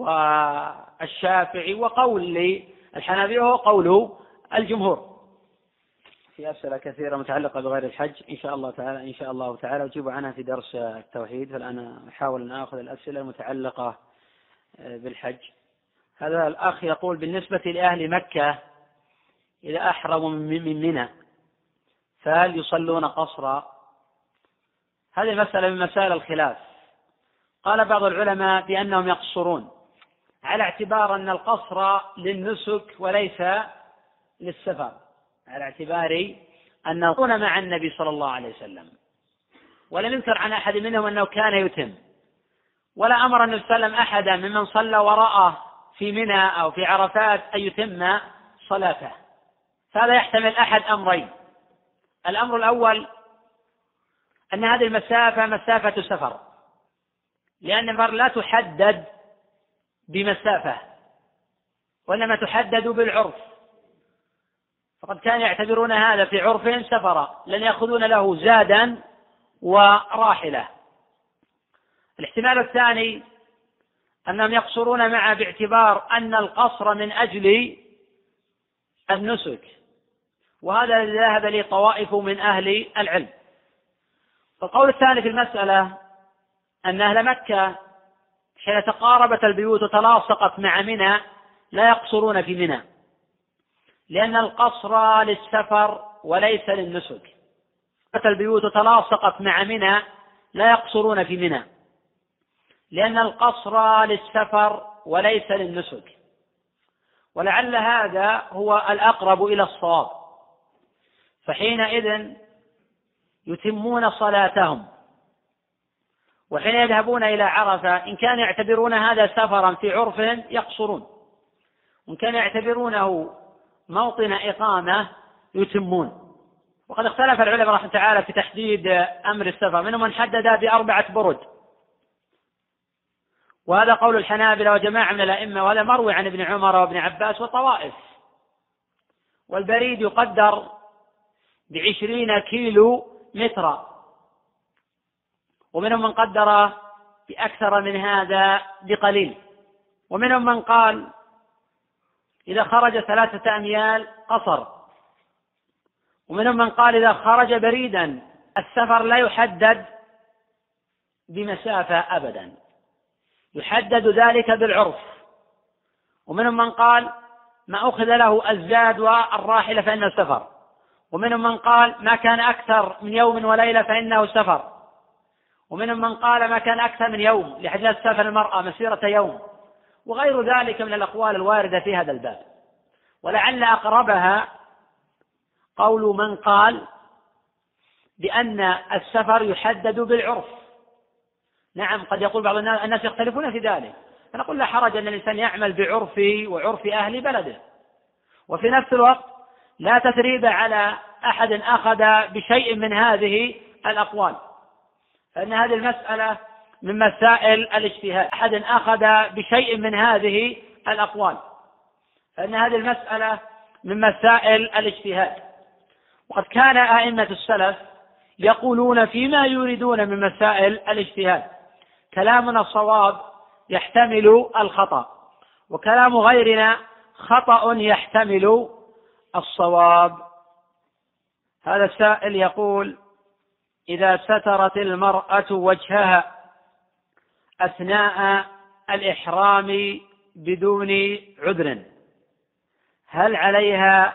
والشافعي، وقول الحنابلة هو قول الجمهور. في أسئلة كثيرة متعلقة بغير الحج إن شاء الله تعالى إن شاء الله تعالى أجيب عنها في درس التوحيد، فالآن أحاول أن آخذ الأسئلة المتعلقة بالحج. هذا الأخ يقول: بالنسبة لأهل مكة إذا أحرموا من منى فهل يصلون قصرا؟ هذه المسألة من مسائل الخلاف. قال بعض العلماء بأنهم يقصرون على اعتبار أن القصر للنسك وليس للسفر، على اعتبار أن يكون مع النبي صلى الله عليه وسلم، ولم ينكر عن أحد منهم أنه كان يتم، ولا أمر النبي صلى الله عليه وسلم أحدا ممن صلى وراءه في منى أو في عرفات أن يتم صلاته. فهذا يحتمل أحد أمرين: الأمر الأول أن هذه المسافة مسافة سفر، لأن المرء لا تحدد بمسافة وإنما تحدد بالعرف، فقد كانوا يعتبرون هذا في عرفهم سفرا، لن يأخذون له زادا وراحلة. الاحتمال الثاني أنهم يقصرون معه باعتبار أن القصر من أجل النسك، وهذا الذي ذهب لي طوائف من أهل العلم. القول الثاني في المسألة أن أهل مكة حين تقاربت البيوت وتلاصقت مع منى لا يقصرون في منى، لأن القصر للسفر وليس للنسك. البيوت تلاصقت مع منى لا يقصرون في منى، لأن القصر للسفر وليس للنسك. ولعل هذا هو الأقرب إلى الصواب، فحينئذ يتمون صلاتهم، وحين يذهبون إلى عرفة إن كانوا يعتبرون هذا سفرا في عرفهم يقصرون، وإن كانوا يعتبرونه موطن إقامة يتمون. وقد اختلف العلماء رحمه الله تعالى في تحديد أمر السفر، منهم من حدد بأربعة برد، وهذا قول الحنابلة وجماعة من الأئمة، وهذا مروي عن ابن عمر وابن عباس وطوائف. والبريد يقدر بعشرين كيلو مترا، ومنهم من قدر بأكثر من هذا بقليل، ومنهم من قال إذا خرج ثلاثة أميال قصر، ومنهم من قال إذا خرج بريدا السفر لا يحدد بمسافة أبدا، يحدد ذلك بالعرف. ومنهم من قال ما أخذ له الزاد والراحلة فإنه سفر، ومنهم من قال ما كان أكثر من يوم وليلة فإنه سفر، ومنهم من قال ما كان أكثر من يوم لحديث سفر المرأة مسيرة يوم، وغير ذلك من الأقوال الواردة في هذا الباب. ولعل أقربها قول من قال بأن السفر يحدد بالعرف. نعم قد يقول بعض الناس يختلفون في ذلك، فنقول لا حرج أن الإنسان يعمل بعرفه وعرف أهل بلده، وفي نفس الوقت لا تثريب على أحد أخذ بشيء من هذه الأقوال، فإن هذه المسألة من مسائل الاجتهاد. أحد أخذ بشيء من هذه الأقوال فإن هذه المسألة من مسائل الاجتهاد. وقد كان أئمة السلف يقولون فيما يريدون من مسائل الاجتهاد: كلامنا الصواب يحتمل الخطأ، وكلام غيرنا خطأ يحتمل الصواب. هذا السائل يقول: إذا سترت المرأة وجهها أثناء الإحرام بدون عذر، هل عليها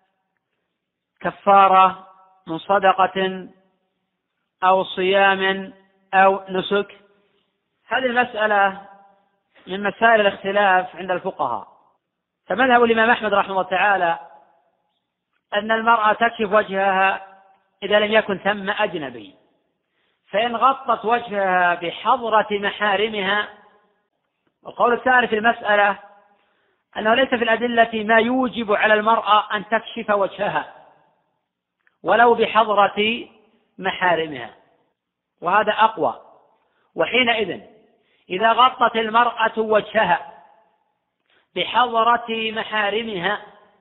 كفارة من صدقة أو صيام أو نسك؟ هذه المسألة من مسائل الاختلاف عند الفقهاء. فمذهب الإمام أحمد رحمه الله تعالى أن المرأة تكشف وجهها إذا لم يكن ثم أجنبي، فإن غطت وجهها بحضرة محارمها. والقول الثاني في المسألة أنه ليس في الأدلة ما يوجب على المرأة أن تكشف وجهها ولو بحضرة محارمها، وهذا أقوى. وحينئذ إذا غطت المرأة وجهها بحضرة محارمها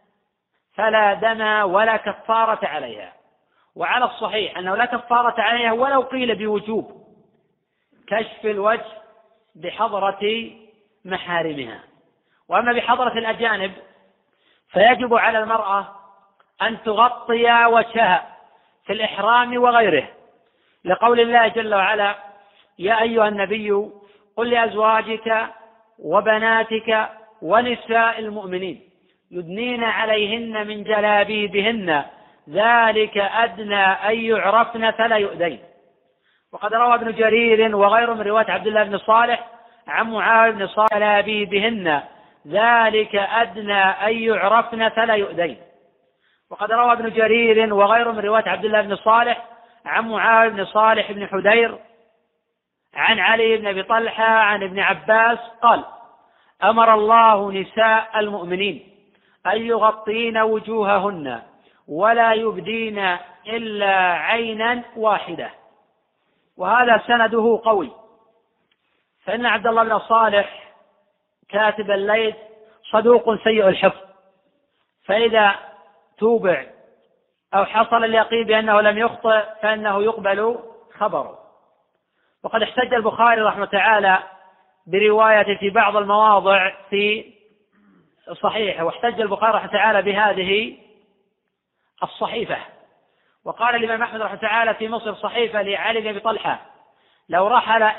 فلا دم ولا كفارة عليها. وعلى الصحيح أنه لا كفارة عليها ولو قيل بوجوب كشف الوجه بحضرة محارمها. وأما بحضرة الأجانب فيجب على المرأة أن تغطي وجهها في الإحرام وغيره، لقول الله جل وعلا: يا أيها النبي قل لأزواجك وبناتك ونساء المؤمنين يدنين عليهن من جلابيبهن ذلك أدنى أن يعرفن فلا يؤذين. وقد روى ابن جرير وغيره من رواية عبد الله بن صالح عن معاوية بن صالح جلابيبهن ذلك أدنى أن يعرفن فلا يؤذين. وقد روى ابن جرير وغيره من رواية عبد الله بن صالح عن معاوية بن صالح بن حدير عن علي بن أبي طلحة عن ابن عباس قال: أمر الله نساء المؤمنين أن يغطين وجوههن ولا يبدين إلا عينا واحدة. وهذا سنده قوي، فإن عبد الله بن صالح كاتب الليث صدوق سيء الحفظ، فإذا توبع أو حصل اليقين بأنه لم يخطئ فإنه يقبل خبره. وقد احتج البخاري رحمه تعالى برواية في بعض المواضع في صحيحه، واحتج البخاري رحمه تعالى بهذه الصحيفة. وقال الإمام أحمد رحمه تعالى في مصر صحيفة لعلي بن أبي طلحة: لو رحل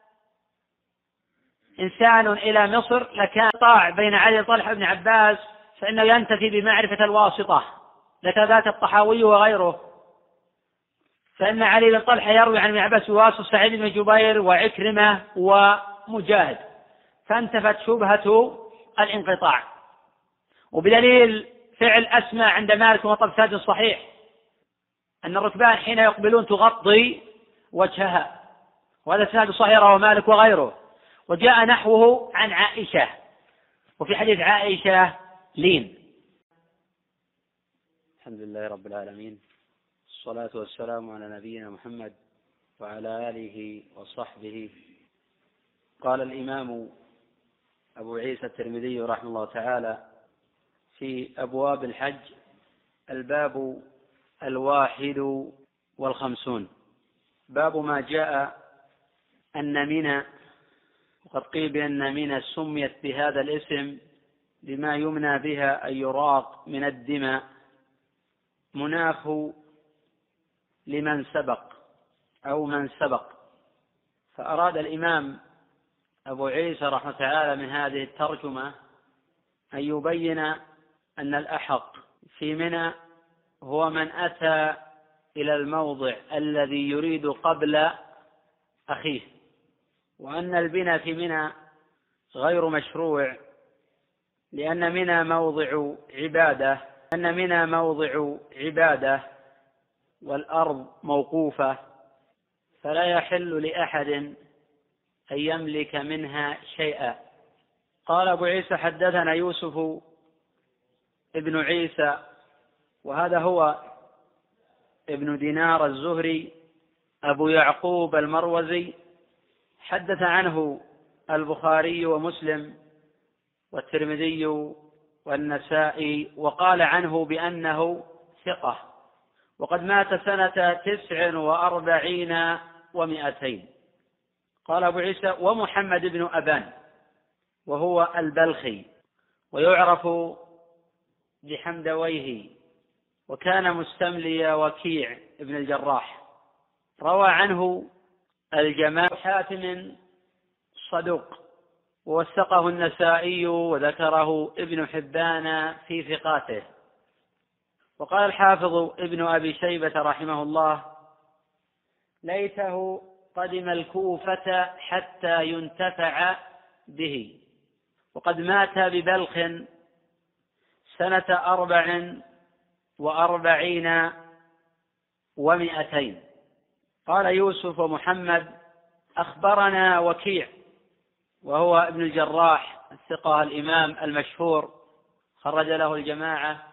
إنسان إلى مصر لكان طاع بين علي بن طلحة بن عباس فإنه ينتفي بمعرفة الواسطة، لكذاك الطحاوي وغيره، فإن علي بن طلحة يروي عن ابن عباس وواسط سعيد بن جبير وعكرمة ومجاهد، فانتفت شبهة الانقطاع. وبدليل فعل أسماء عند مالك ومطلب ساد الصحيح أن الركبان حين يقبلون تغطي وجهها، وهذا ساد صحيح رواه مالك وغيره. وجاء نحوه عن عائشة، وفي حديث عائشة لين. الحمد لله رب العالمين، الصلاة والسلام على نبينا محمد وعلى آله وصحبه. قال الإمام أبو عيسى الترمذي رحمه الله تعالى في أبواب الحج: الباب الواحد والخمسون، باب ما جاء أن منى، وقد قيل بأن منى سميت بهذا الاسم بما يمنى بها أن يراق من الدماء، مناخ لمن سبق أو من سبق. فأراد الإمام أبو عيسى رحمه تعالى من هذه الترجمة أن يبين أن الأحق في منى هو من أتى إلى الموضع الذي يريد قبل أخيه، وأن البناء في منى غير مشروع، لأن منى موضع عبادة أن منى موضع عبادة والأرض موقوفة، فلا يحل لأحد أن يملك منها شيئا. قال أبو عيسى: حدثنا يوسف ابن عيسى، وهذا هو ابن دينار الزهري أبو يعقوب المروزي، حدث عنه البخاري ومسلم والترمذي والنسائي، وقال عنه بأنه ثقة، وقد مات سنة تسع وأربعين ومائتين. قال أبو عيسى: ومحمد بن أبان، وهو البلخي، ويعرف بحمدويه، وكان مستملي وكيع ابن الجراح. روى عنه الجماعة حاتم صدوق، ووثقه النسائي وذكره ابن حبان في ثقاته. وقال الحافظ ابن أبي شيبة رحمه الله: ليته قدم الكوفة حتى ينتفع به، وقد مات ببلخ سنة أربع وأربعين ومئتين. قال يوسف ومحمد: أخبرنا وكيع، وهو ابن الجراح الثقة الإمام المشهور، خرج له الجماعة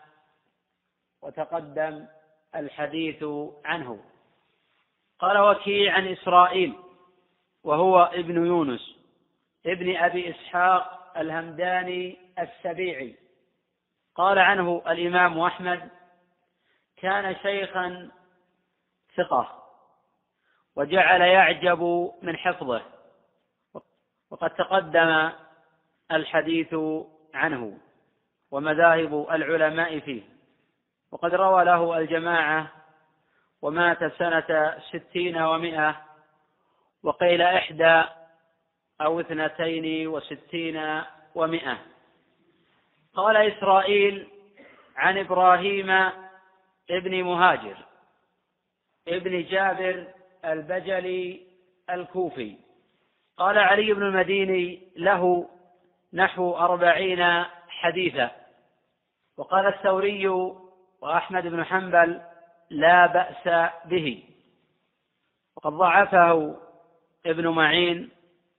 وتقدم الحديث عنه. قال وكيع عن إسرائيل، وهو ابن يونس ابن أبي إسحاق الهمداني السبيعي. قال عنه الإمام أحمد: كان شيخا ثقة، وجعل يعجب من حفظه، وقد تقدم الحديث عنه ومذاهب العلماء فيه. وقد روى له الجماعة، ومات سنة ستين ومئة، وقيل إحدى أو اثنتين وستين ومئة. قال إسرائيل عن إبراهيم ابن مهاجر ابن جابر البجلي الكوفي. قال علي بن المديني له نحو أربعين حديثا. وقال الثوري وأحمد بن حنبل: لا بأس به. وقد ضعفه ابن معين.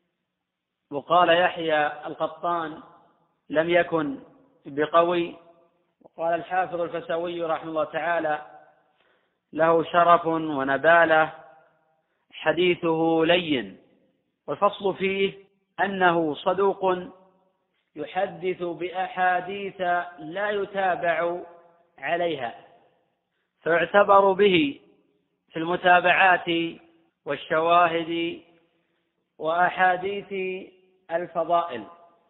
وقال يحيى القطان: لم يكن بقوي. وقال الحافظ الفسوي رحمه الله تعالى: له شرف ونبالة، حديثه لين. والفصل فيه أنه صدوق يحدث بأحاديث لا يتابع عليها، فيعتبر به في المتابعات والشواهد وأحاديث الفضائل،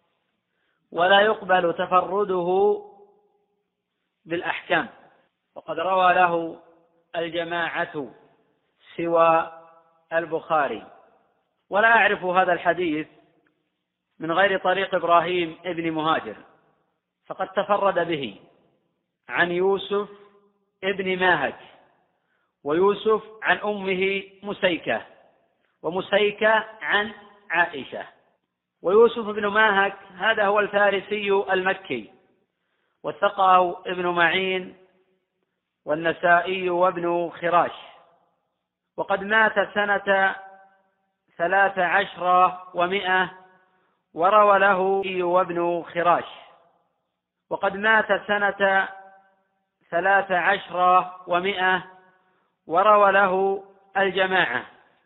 ولا يقبل تفرده بالأحكام. وقد روى له الجماعة سوى البخاري. ولا أعرف هذا الحديث من غير طريق إبراهيم ابن مهاجر، فقد تفرد به عن يوسف ابن ماهك، ويوسف عن أمه مسيكة، ومسيكة عن عائشة. ويوسف بن ماهك هذا هو الفارسي المكي، وثقه ابن معين والنسائي وابن خراش. وقد مات سنة ثلاث عشر ومئة، وروى له وابن خراش. وقد مات سنة ثلاث عشر ومئة، وروى له الجماعة.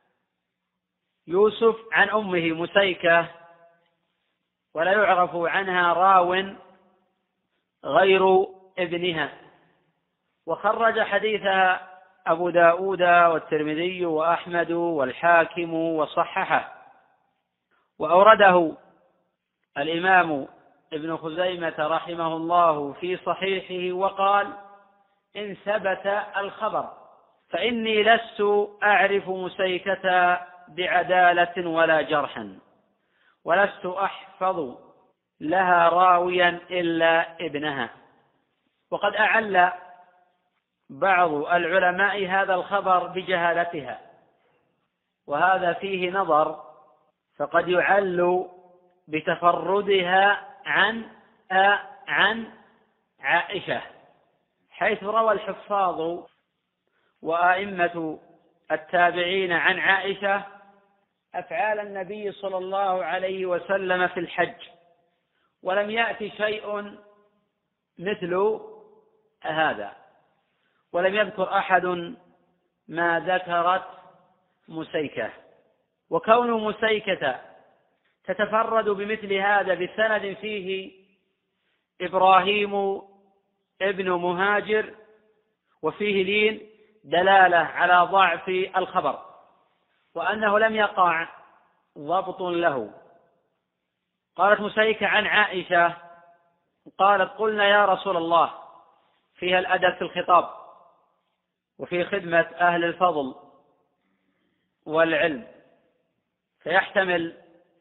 يوسف عن أمه مسيكة، ولا يعرف عنها راو غير ابنها. وخرج حديثها أبو داود والترمذي وأحمد والحاكم وصححه. وأورده الإمام ابن خزيمة رحمه الله في صحيحه، وقال: إن ثبت الخبر فإني لست أعرف مسيكة بعدالة ولا جرحا، ولست أحفظ لها راويا إلا ابنها. وقد أعل بعض العلماء هذا الخبر بجهالتها، وهذا فيه نظر، فقد يعل بتفردها عن عن عائشة، حيث روى الحفاظ وأئمة التابعين عن عائشة أفعال النبي صلى الله عليه وسلم في الحج، ولم يأتي شيء مثل هذا، ولم يذكر أحد ما ذكرت مسيكة. وكون مسيكة تتفرد بمثل هذا بسند فيه إبراهيم ابن مهاجر وفيه لين دلالة على ضعف الخبر، وأنه لم يقع ضبط له. قالت مسيكة عن عائشة قالت: قلنا يا رسول الله، فيها الأدب في الخطاب وفي خدمة أهل الفضل والعلم، فيحتمل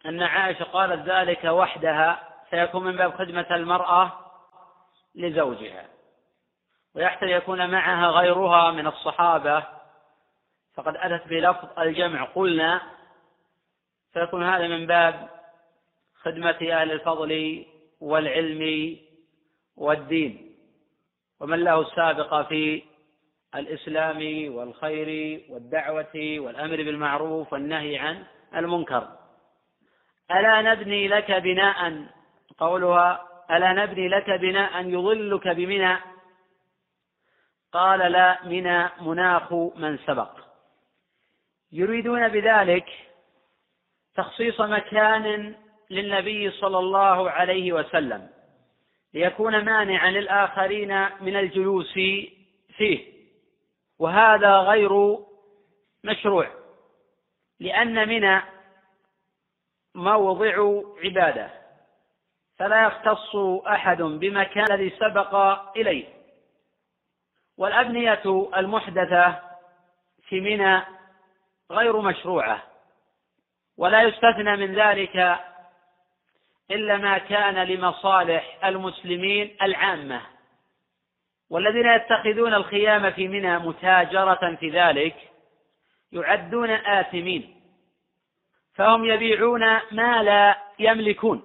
أن عائشة قالت ذلك وحدها فيكون من باب خدمة المرأة لزوجها، ويحتاج يكون معها غيرها من الصحابة فقد أتت بلفظ الجمع قلنا، فيكون هذا من باب خدمة أهل الفضل والعلم والدين ومن له السابقة في الإسلام والخير والدعوة والأمر بالمعروف والنهي عن المنكر. ألا نبني لك بناء، قولها ألا نبني لك بناء يظلك بمنى، قال لا، منى مناخ من سبق. يريدون بذلك تخصيص مكان للنبي صلى الله عليه وسلم ليكون مانعا للآخرين من الجلوس فيه، وهذا غير مشروع، لأن منى موضع عبادة فلا يختص أحد بمكان الذي سبق إليه. والأبنية المحدثة في منى غير مشروعة، ولا يستثنى من ذلك إلا ما كان لمصالح المسلمين العامة، والذين يتخذون الخيام في منى متاجرة في ذلك يعدون آثمين، فهم يبيعون ما لا يملكون.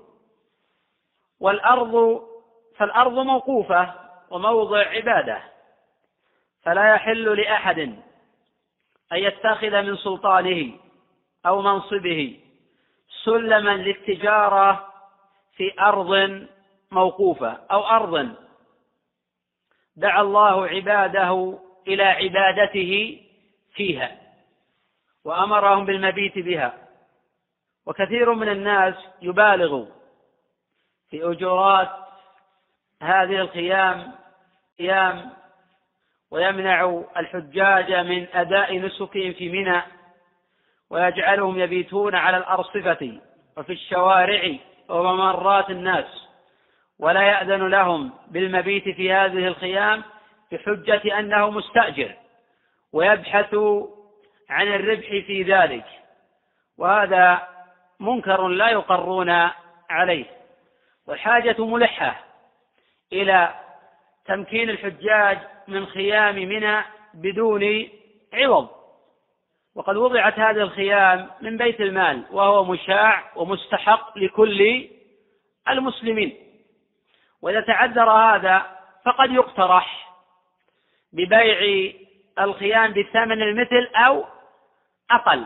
والأرض فالأرض موقوفة وموضع عبادة، فلا يحل لأحد أن يتخذ من سلطانه أو منصبه سلما للتجارة في أرض موقوفة أو أرض دعا الله عباده إلى عبادته فيها وأمرهم بالمبيت بها. وكثير من الناس يبالغ في أجورات هذه الخيام قيام ويمنع الحجاج من أداء نسكهم في منى، ويجعلهم يبيتون على الأرصفة وفي الشوارع وممرات الناس، ولا يأذن لهم بالمبيت في هذه الخيام بحجة أنه مستأجر، ويبحث عن الربح في ذلك، وهذا منكر لا يقرون عليه. والحاجة ملحة إلى تمكين الحجاج من خيام منى بدون عوض، وقد وضعت هذه الخيام من بيت المال وهو مشاع ومستحق لكل المسلمين. وإذا تعذر هذا فقد يقترح ببيع الخيام بثمن المثل أو أقل،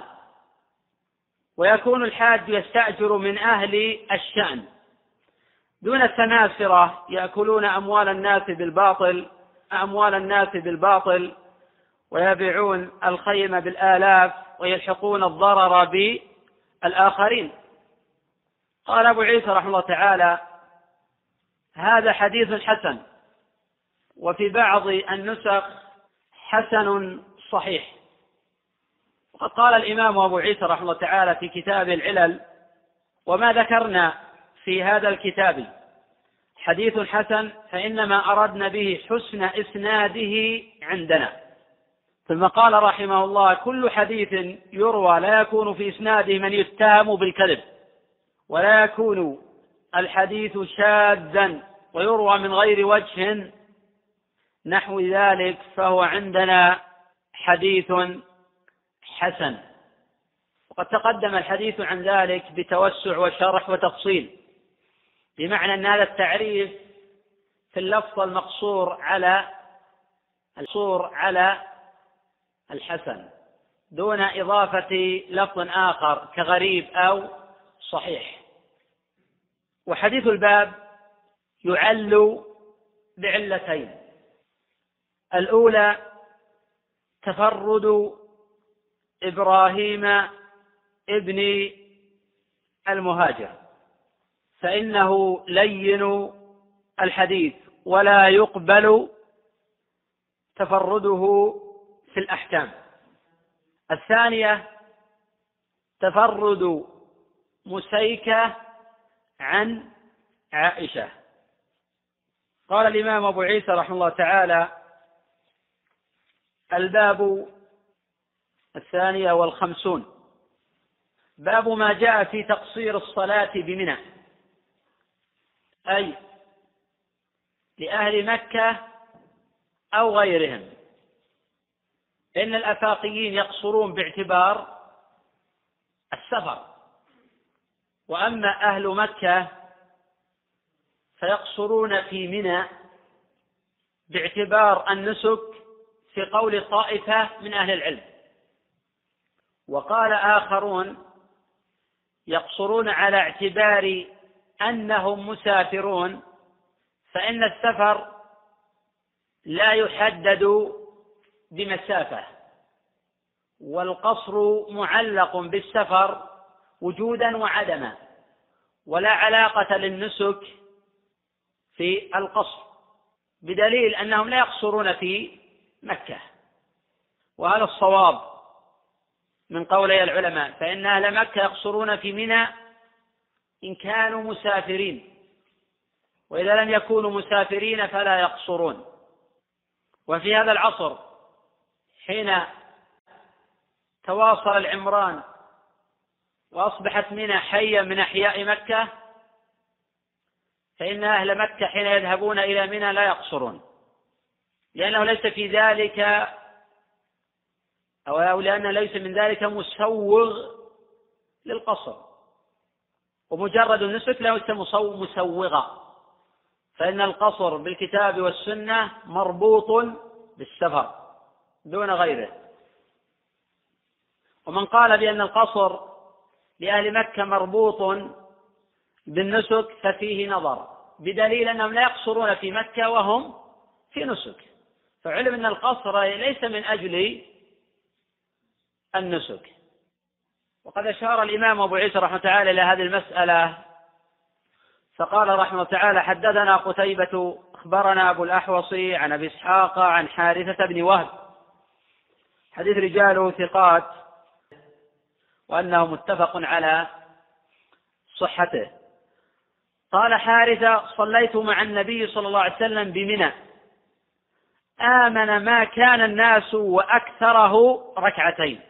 ويكون الحاج يستأجر من أهل الشأن دون السماسرة يأكلون أموال الناس بالباطل أموال الناس بالباطل ويبيعون الخيم بالآلاف ويلحقون الضرر بالآخرين. قال أبو عيسى رحمه الله تعالى: هذا حديث حسن، وفي بعض النسخ حسن صحيح. وقد قال الإمام أبو عيسى رحمه الله تعالى في كتاب العلل: وما ذكرنا في هذا الكتاب حديث حسن فإنما أردنا به حسن إسناده عندنا. ثم قال رحمه الله: كل حديث يروى لا يكون في إسناده من يتهم بالكذب، ولا يكون الحديث شاذا ويروى من غير وجه نحو ذلك فهو عندنا حديث حسن. وقد تقدم الحديث عن ذلك بتوسع وشرح وتفصيل، بمعنى أن هذا التعريف في اللفظ المقصور على المقصور على الحسن دون إضافة لفظ آخر كغريب أو صحيح. وحديث الباب يعل بعلتين: الأولى تفرد إبراهيم ابن المهاجر، فإنه لين الحديث ولا يقبل تفرده في الأحكام. الثانية تفرد مسيكة عن عائشة. قال الإمام أبو عيسى رحمه الله تعالى: الباب الثانية والخمسون باب ما جاء في تقصير الصلاة بمنى، أي لأهل مكة أو غيرهم. إن الآفاقيين يقصرون باعتبار السفر، وأما أهل مكة فيقصرون في منى باعتبار النسك في قول طائفة من أهل العلم. وقال آخرون يقصرون على اعتبار أنهم مسافرون، فإن السفر لا يحدد بمسافة، والقصر معلق بالسفر وجودا وعدما، ولا علاقة للنسك في القصر، بدليل أنهم لا يقصرون في مكة. وهذا الصواب من قولي العلماء، فإن أهل مكة يقصرون في منى إن كانوا مسافرين، وإذا لم يكونوا مسافرين فلا يقصرون. وفي هذا العصر حين تواصل العمران وأصبحت منى حيا من أحياء مكة، فإن أهل مكة حين يذهبون إلى منى لا يقصرون، لأنه ليس في ذلك أو لأن ليس من ذلك مسوغ للقصر، ومجرد النسك لا يسمى مسوغا، فإن القصر بالكتاب والسنة مربوط بالسفر دون غيره. ومن قال بأن القصر لأهل مكة مربوط بالنسك ففيه نظر، بدليل أنهم لا يقصرون في مكة وهم في نسك، فعلم أن القصر ليس من أجل النسك. وقد أشار الإمام أبو عيسى رحمه تعالى إلى هذه المسألة فقال رحمه تعالى: حدثنا قتيبة أخبرنا أبو الأحوص عن أبي إسحاق عن حارثة بن وهب، حديث رجاله ثقات وأنه متفق على صحته. قال حارثة: صليت مع النبي صلى الله عليه وسلم بمنى، آمن ما كان الناس وأكثره ركعتين.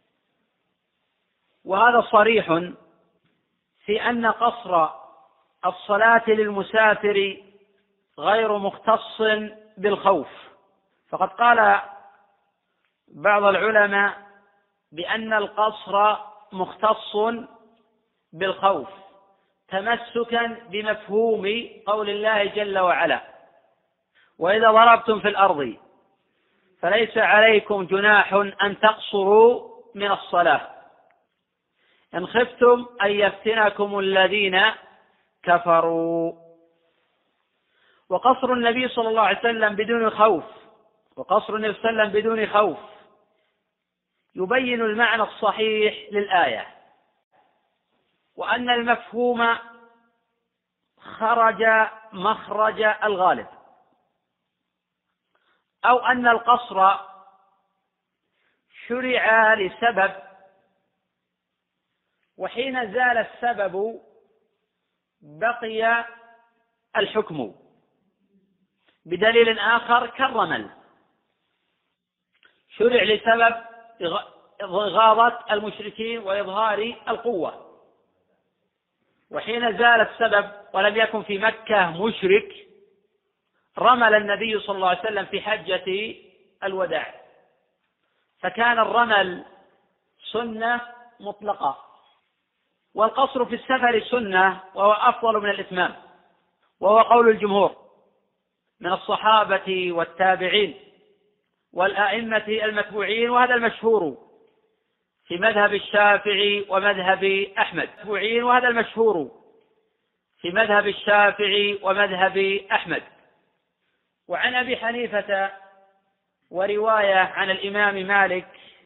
وهذا صريح في أن قصر الصلاة للمسافر غير مختص بالخوف، فقد قال بعض العلماء بأن القصر مختص بالخوف تمسكا بمفهوم قول الله جل وعلا: وإذا ضربتم في الأرض فليس عليكم جناح أن تقصروا من الصلاة إن خفتم أن يفتنكم الذين كفروا. وقصر النبي صلى الله عليه وسلم بدون خوف وقصر النبي صلى الله عليه وسلم بدون خوف يبين المعنى الصحيح للآية، وأن المفهوم خرج مخرج الغالب، أو أن القصر شرع لسبب، وحين زال السبب بقي الحكم، بدليل آخر كالرمل شرع لسبب إغاظة المشركين وإظهار القوة، وحين زال السبب ولم يكن في مكة مشرك رمل النبي صلى الله عليه وسلم في حجة الوداع، فكان الرمل سنة مطلقة. والقصر في السفر سنة وهو أفضل من الإتمام، وهو قول الجمهور من الصحابة والتابعين والأئمة المتبوعين، وهذا المشهور في مذهب الشافعي ومذهب أحمد وهذا المشهور في مذهب الشافعي ومذهب أحمد. وعن أبي حنيفة ورواية عن الإمام مالك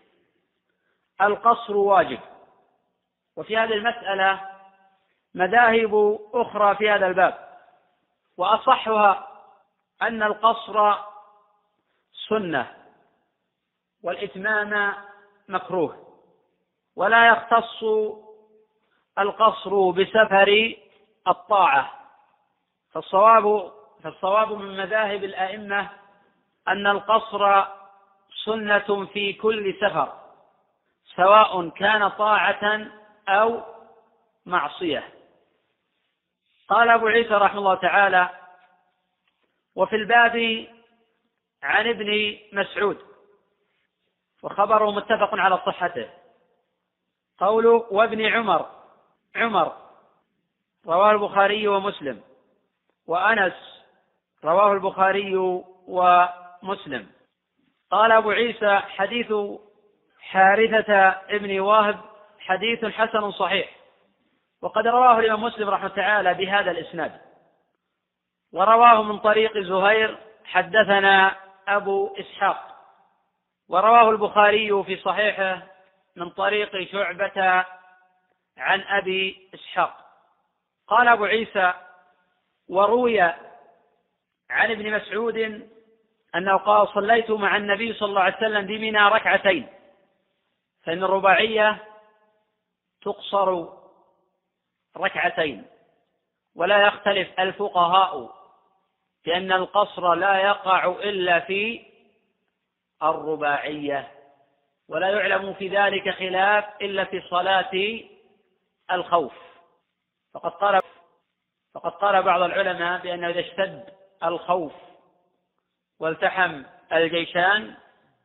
القصر واجب. وفي هذه المسألة مذاهب أخرى في هذا الباب، وأصحها أن القصر سنة والإتمام مكروه، ولا يختص القصر بسفر الطاعة. فالصواب فالصواب من مذاهب الأئمة أن القصر سنة في كل سفر، سواء كان طاعة أو معصية. قال أبو عيسى رحمه الله تعالى: وفي الباب عن ابن مسعود، وخبره متفق على صحته، قوله: وابن عمر عمر رواه البخاري ومسلم، وأنس رواه البخاري ومسلم. قال أبو عيسى: حديث حارثة ابن واهب حديث حسن صحيح، وقد رواه الإمام مسلم رحمه تعالى بهذا الإسناد، ورواه من طريق زهير حدثنا أبو إسحاق، ورواه البخاري في صحيحه من طريق شعبة عن أبي إسحاق. قال أبو عيسى: وروي عن ابن مسعود أنه قال: صليت مع النبي صلى الله عليه وسلم بمنى ركعتين، فإن الرباعية تقصر ركعتين، ولا يختلف الفقهاء بأن القصر لا يقع إلا في الرباعية، ولا يعلم في ذلك خلاف إلا في صلاة الخوف. فقد قال فقد قال بعض العلماء بأنه إذا اشتد الخوف والتحم الجيشان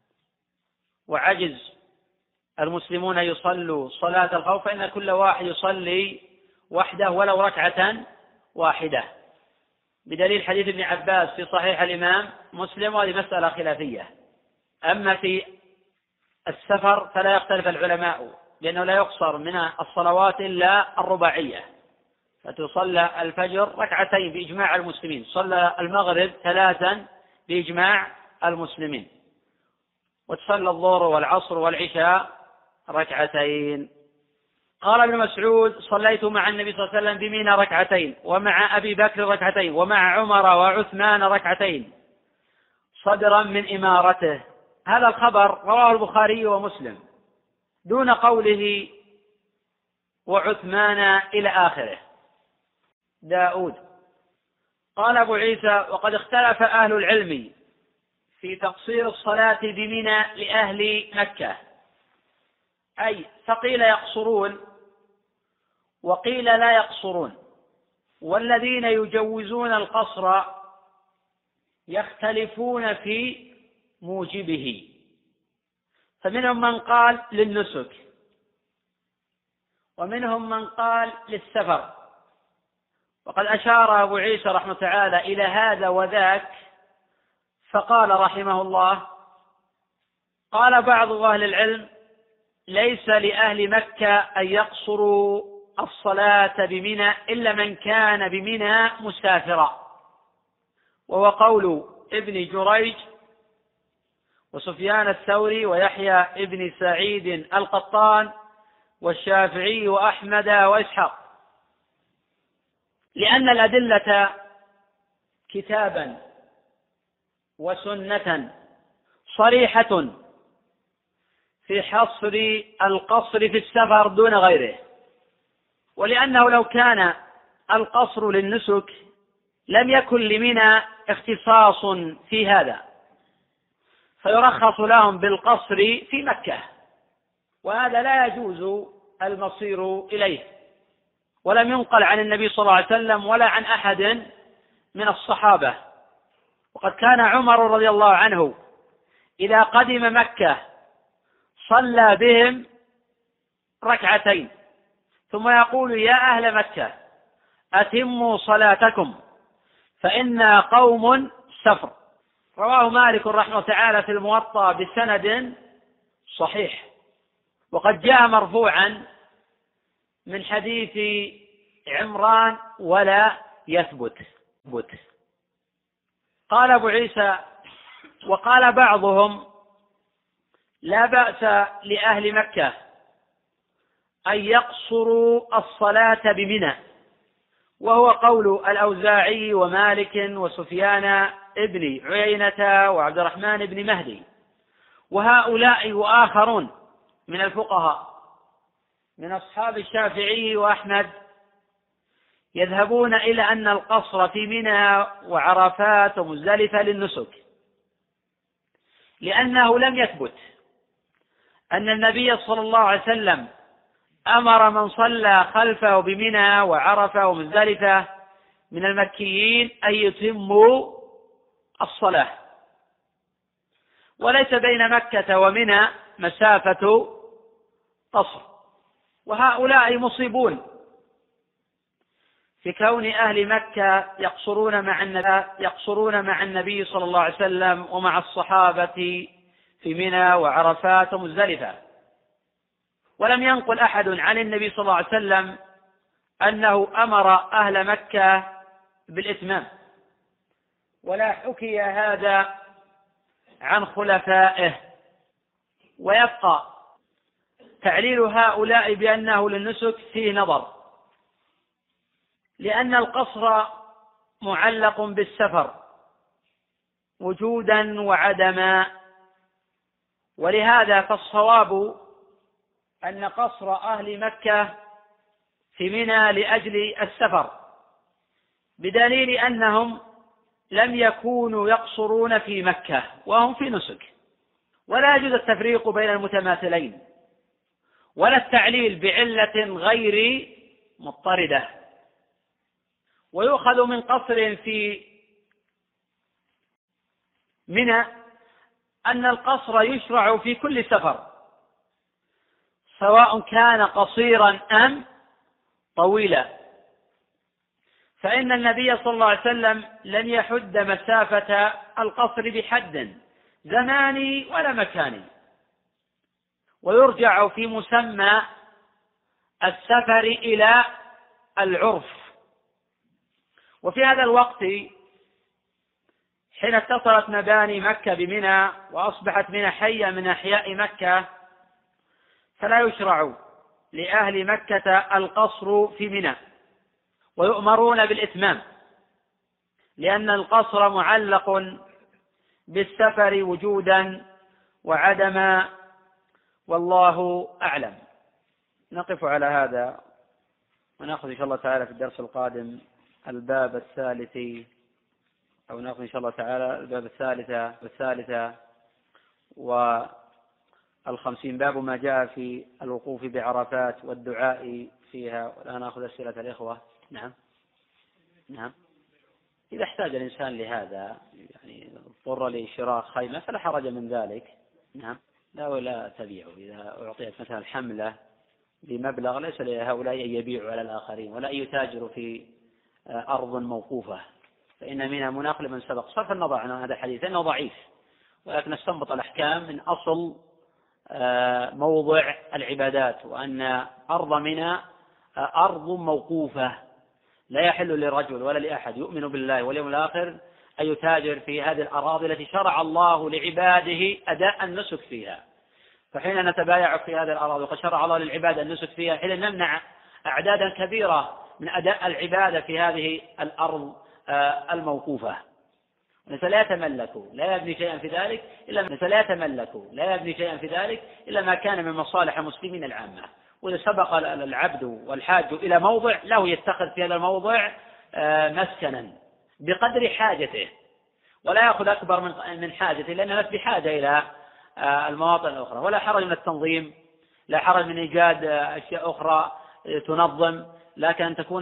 وعجز المسلمون يصلوا صلاة الخوف، فإن كل واحد يصلي وحده ولو ركعة واحدة، بدليل حديث ابن عباس في صحيح الإمام مسلم، وهذه مسألة خلافية. أما في السفر فلا يختلف العلماء، لأنه لا يقصر من الصلوات إلا الرباعية، فتصلى الفجر ركعتين بإجماع المسلمين، صلى المغرب ثلاثا بإجماع المسلمين، وتصلى الظهر والعصر والعشاء ركعتين. قال ابن مسعود: صليت مع النبي صلى الله عليه وسلم بمنى ركعتين، ومع أبي بكر ركعتين، ومع عمر وعثمان ركعتين، صدرا من إمارته. هذا الخبر رواه البخاري ومسلم دون قوله وعثمان إلى آخره. داود. قال أبو عيسى: وقد اختلف أهل العلم في تقصير الصلاة بمنى لأهل مكة، أي فقيل يقصرون وقيل لا يقصرون، والذين يجوزون القصر يختلفون في موجبه، فمنهم من قال للنسك، ومنهم من قال للسفر. وقد أشار أبو عيسى رحمه تعالى إلى هذا وذاك، فقال رحمه الله: قال بعض أهل العلم: ليس لأهل مكة أن يقصروا الصلاة بمنى إلا من كان بمنى مسافرا، وهو قول ابن جريج وسفيان الثوري ويحيى ابن سعيد القطان والشافعي وأحمد وإسحاق، لأن الأدلة كتابا وسنة صريحة في حصر القصر في السفر دون غيره، ولأنه لو كان القصر للنسك لم يكن لمنى اختصاص في هذا، فيرخص لهم بالقصر في مكة، وهذا لا يجوز المصير إليه، ولم ينقل عن النبي صلى الله عليه وسلم ولا عن أحد من الصحابة. وقد كان عمر رضي الله عنه إذا قدم مكة صلى بهم ركعتين ثم يقول: يا أهل مكة أتموا صلاتكم فإنا قوم سفر. رواه مالك رحمه تعالى في الموطأ بسند صحيح، وقد جاء مرفوعا من حديث عمران ولا يثبت. قال أبو عيسى: وقال بعضهم: لا بأس لأهل مكة أن يقصروا الصلاة بمنى، وهو قول الأوزاعي ومالك وسفيان ابن عيينة وعبد الرحمن بن مهدي، وهؤلاء وآخرون من الفقهاء من أصحاب الشافعي وأحمد يذهبون إلى أن القصر في منى وعرفات ومزدلفة للنسك، لأنه لم يثبت أن النبي صلى الله عليه وسلم أمر من صلى خلفه بمنى وعرفة ومزدلفة من المكيين أن يتموا الصلاة، وليس بين مكة ومنى مسافة قصر. وهؤلاء مصيبون في كون أهل مكة يقصرون مع النبي, يقصرون مع النبي صلى الله عليه وسلم ومع الصحابة في منى وعرفات ومزدلفة. ولم ينقل أحد عن النبي صلى الله عليه وسلم أنه أمر أهل مكة بالإتمام، ولا حكي هذا عن خلفائه. ويبقى تعليل هؤلاء بأنه للنسك فيه نظر، لأن القصر معلق بالسفر وجودا وعدما، ولهذا فالصواب أن قصر أهل مكة في منى لأجل السفر، بدليل أنهم لم يكونوا يقصرون في مكة وهم في نسك. ولا يجوز التفريق بين المتماثلين ولا التعليل بعلة غير مضطردة. ويؤخذ من قصر في منى أن القصر يشرع في كل سفر، سواء كان قصيرا أم طويلا، فإن النبي صلى الله عليه وسلم لم يحد مسافة القصر بحد زماني ولا مكاني. ويرجع في مسمى السفر إلى العرف. وفي هذا الوقت حين اتصلت مباني مكة بمنى وأصبحت منى حية من أحياء مكة، فلا يشرع لأهل مكة القصر في منى، ويؤمرون بالإتمام، لأن القصر معلق بالسفر وجودا وعدما، والله أعلم. نقف على هذا ونأخذ إن شاء الله تعالى في الدرس القادم الباب الثالث، أو نأخذ إن شاء الله تعالى الباب الثالثة والثالثة والخمسين، باب ما جاء في الوقوف بعرفات والدعاء فيها. والآن نأخذ أسئلة الإخوة. نعم نعم إذا احتاج الإنسان لهذا، يعني اضطر لشراء خيمة، فلا حرج من ذلك. نعم لا ولا تبيعه. إذا أعطيت مثلا حملة بمبلغ، ليس لهؤلاء أن يبيعوا على الآخرين ولا أن يتاجروا في أرض موقوفة، فإن منها مناخ لمن سبق. صرف النظر عن هذا الحديث أنه ضعيف، ولكن نستنبط الأحكام من أصل موضع العبادات، وأن أرض منها أرض موقوفة، لا يحل لرجل ولا لأحد يؤمن بالله واليوم الآخر أن يتاجر في هذه الأراضي التي شرع الله لعباده أداء النسك فيها. فحين نتبايع في هذه الأراضي وقد شرع الله للعباد النسك فيها، حين نمنع أعدادا كبيرة من أداء العبادة في هذه الأرض الموقوفة. لا يتملكوا لا يبني شيئا في ذلك إلا لا يتملكوا لا يبني شيئا في ذلك إلا ما كان من مصالح المسلمين العامة. وإذا سبق العبد والحاج إلى موضع له، يتخذ في هذا الموضع مسكنا بقدر حاجته، ولا يأخذ أكبر من حاجته، لأن الناس بحاجة إلى المواطن الأخرى. ولا حرج من التنظيم، لا حرج من إيجاد أشياء أخرى تنظم، لكن أن تكون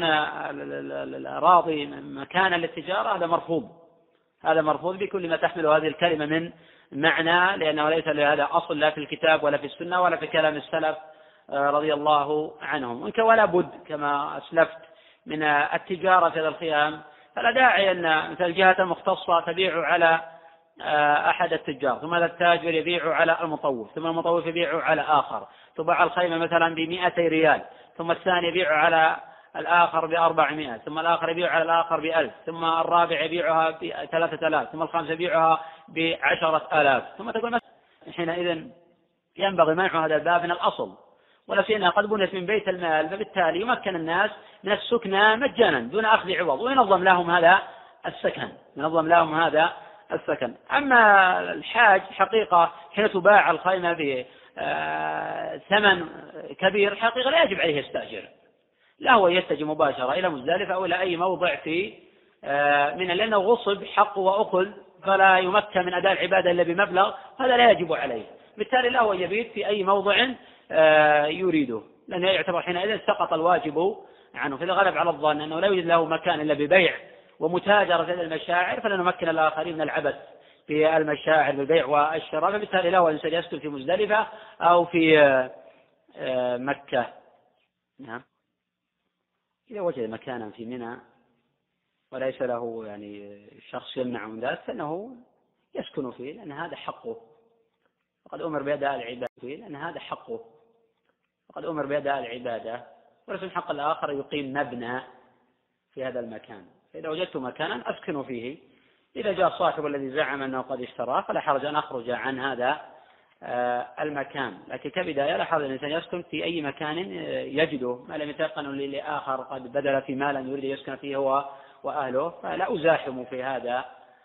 الأراضي مكانا للتجارة هذا مرفوض. هذا مرفوض بكل ما تحمل هذه الكلمة من معنى، لأنه ليس لهذا أصل لا في الكتاب ولا في السنة ولا في كلام السلف رضي الله عنهم. وإنك ولا بد كما أسلفت من التجارة في هذا الخيام، فلا داعي أن مثل الجهة المختصة تبيع على أحد التجار، ثم هذا التاجر يبيع على المطوف، ثم المطوف يبيع على آخر، تباع الخيمة مثلا بمئتي ريال، ثم الثاني يبيع على الآخر بأربعمائة، ثم الآخر يبيع على الآخر بألف، ثم الرابع يبيعها بثلاثة آلاف، ثم الخامس يبيعها بعشرة آلاف، ثم تقول مثلا حينئذ ينبغي منع هذا الباب من الأصل. ولا سيما قد بنيت من بيت المال، فبالتالي يمكن الناس من السكنى مجانا دون أخذ عوض، وينظم لهم هذا السكن ينظم لهم هذا السكن. أما الحاج حقيقة حين تباع الخيمة بثمن كبير، حقيقة لا يجب عليه يستأجر، لا هو يتجه مباشرة إلى مزدلفة أو إلى أي موضع في من، لأنه غصب حق وأخذ، فلا يمكن من أداء العبادة إلا بمبلغ، هذا لا يجب عليه. بالتالي لا هو يبيت في أي موضع يريده. لأنه يعتبر حينئذ سقط الواجب عنه. فإذا غلب على الظن أنه لا يوجد له مكان إلا ببيع ومتاجرة هذه المشاعر فلن نمكن الآخرين من العبث في المشاعر بالبيع والشراء، فبالتالي له الإنسان يسكن في مزدلفة أو في مكة. نعم. إذا وجد مكانا في منى وليس له يعني شخص يمنع من ذلك فإنه يسكن فيه لأن هذا حقه، وقد أمر بأداء العبادة فيه لأن هذا حقه، وقد أمر بأداء العبادة، وليس من حق الآخر يقيم مبنى في هذا المكان. فإذا وجدت مكانا أسكن فيه، إذا جاء الصاحب الذي زعم أنه قد اشتراه فلا حرج أن أخرج عن هذا المكان، لكن كبداية لا حرج الإنسان يسكن في أي مكان يجده، ما لم يتيقن لآخر قد بدل في مالا يريد يسكن فيه هو وأهله، فلا أزاحم في هذا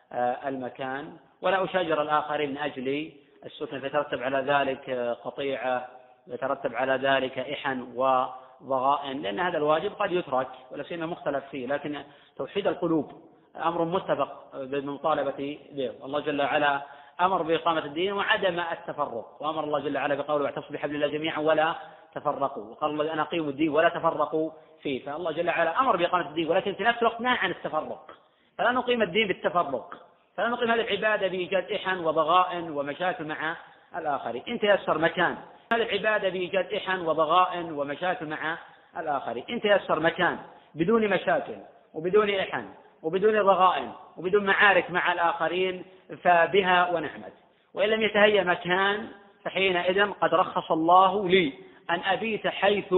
المكان ولا أشاجر الآخرين من أجل السكن، فيترتب على ذلك قطيعة، يترتب على ذلك إحن وضغائن، لأن هذا الواجب قد يترك ولا سيما مختلف فيه، لكن توحيد القلوب أمر متفق بالمطالبة به. الله جل وعلا أمر بإقامة الدين وعدم التفرق، وأمر الله جل وعلا بقوله واعتصموا بحبل الله جميعا ولا تفرقوا، وقال الله أنا أقيم الدين ولا تفرقوا فيه. فالله جل وعلا أمر بإقامة الدين ولكن في نفس الوقت نهى عن التفرق، فلا نقيم الدين بالتفرق، فلا نقيم هذه العبادة بإيجاد إحن وضغائن ومشاكل مع الآخرين. إن تيسر مكان هذه العبادة بإيجاد إحن وضغائن ومشاكل مع الآخرين، إن تيسر مكان بدون مشاكل وبدون إحن وبدون ضغائن وبدون معارك مع الآخرين فبها ونعمت، وإن لم يتهيأ مكان فحينئذ قد رخص الله لي أن أبيت حيث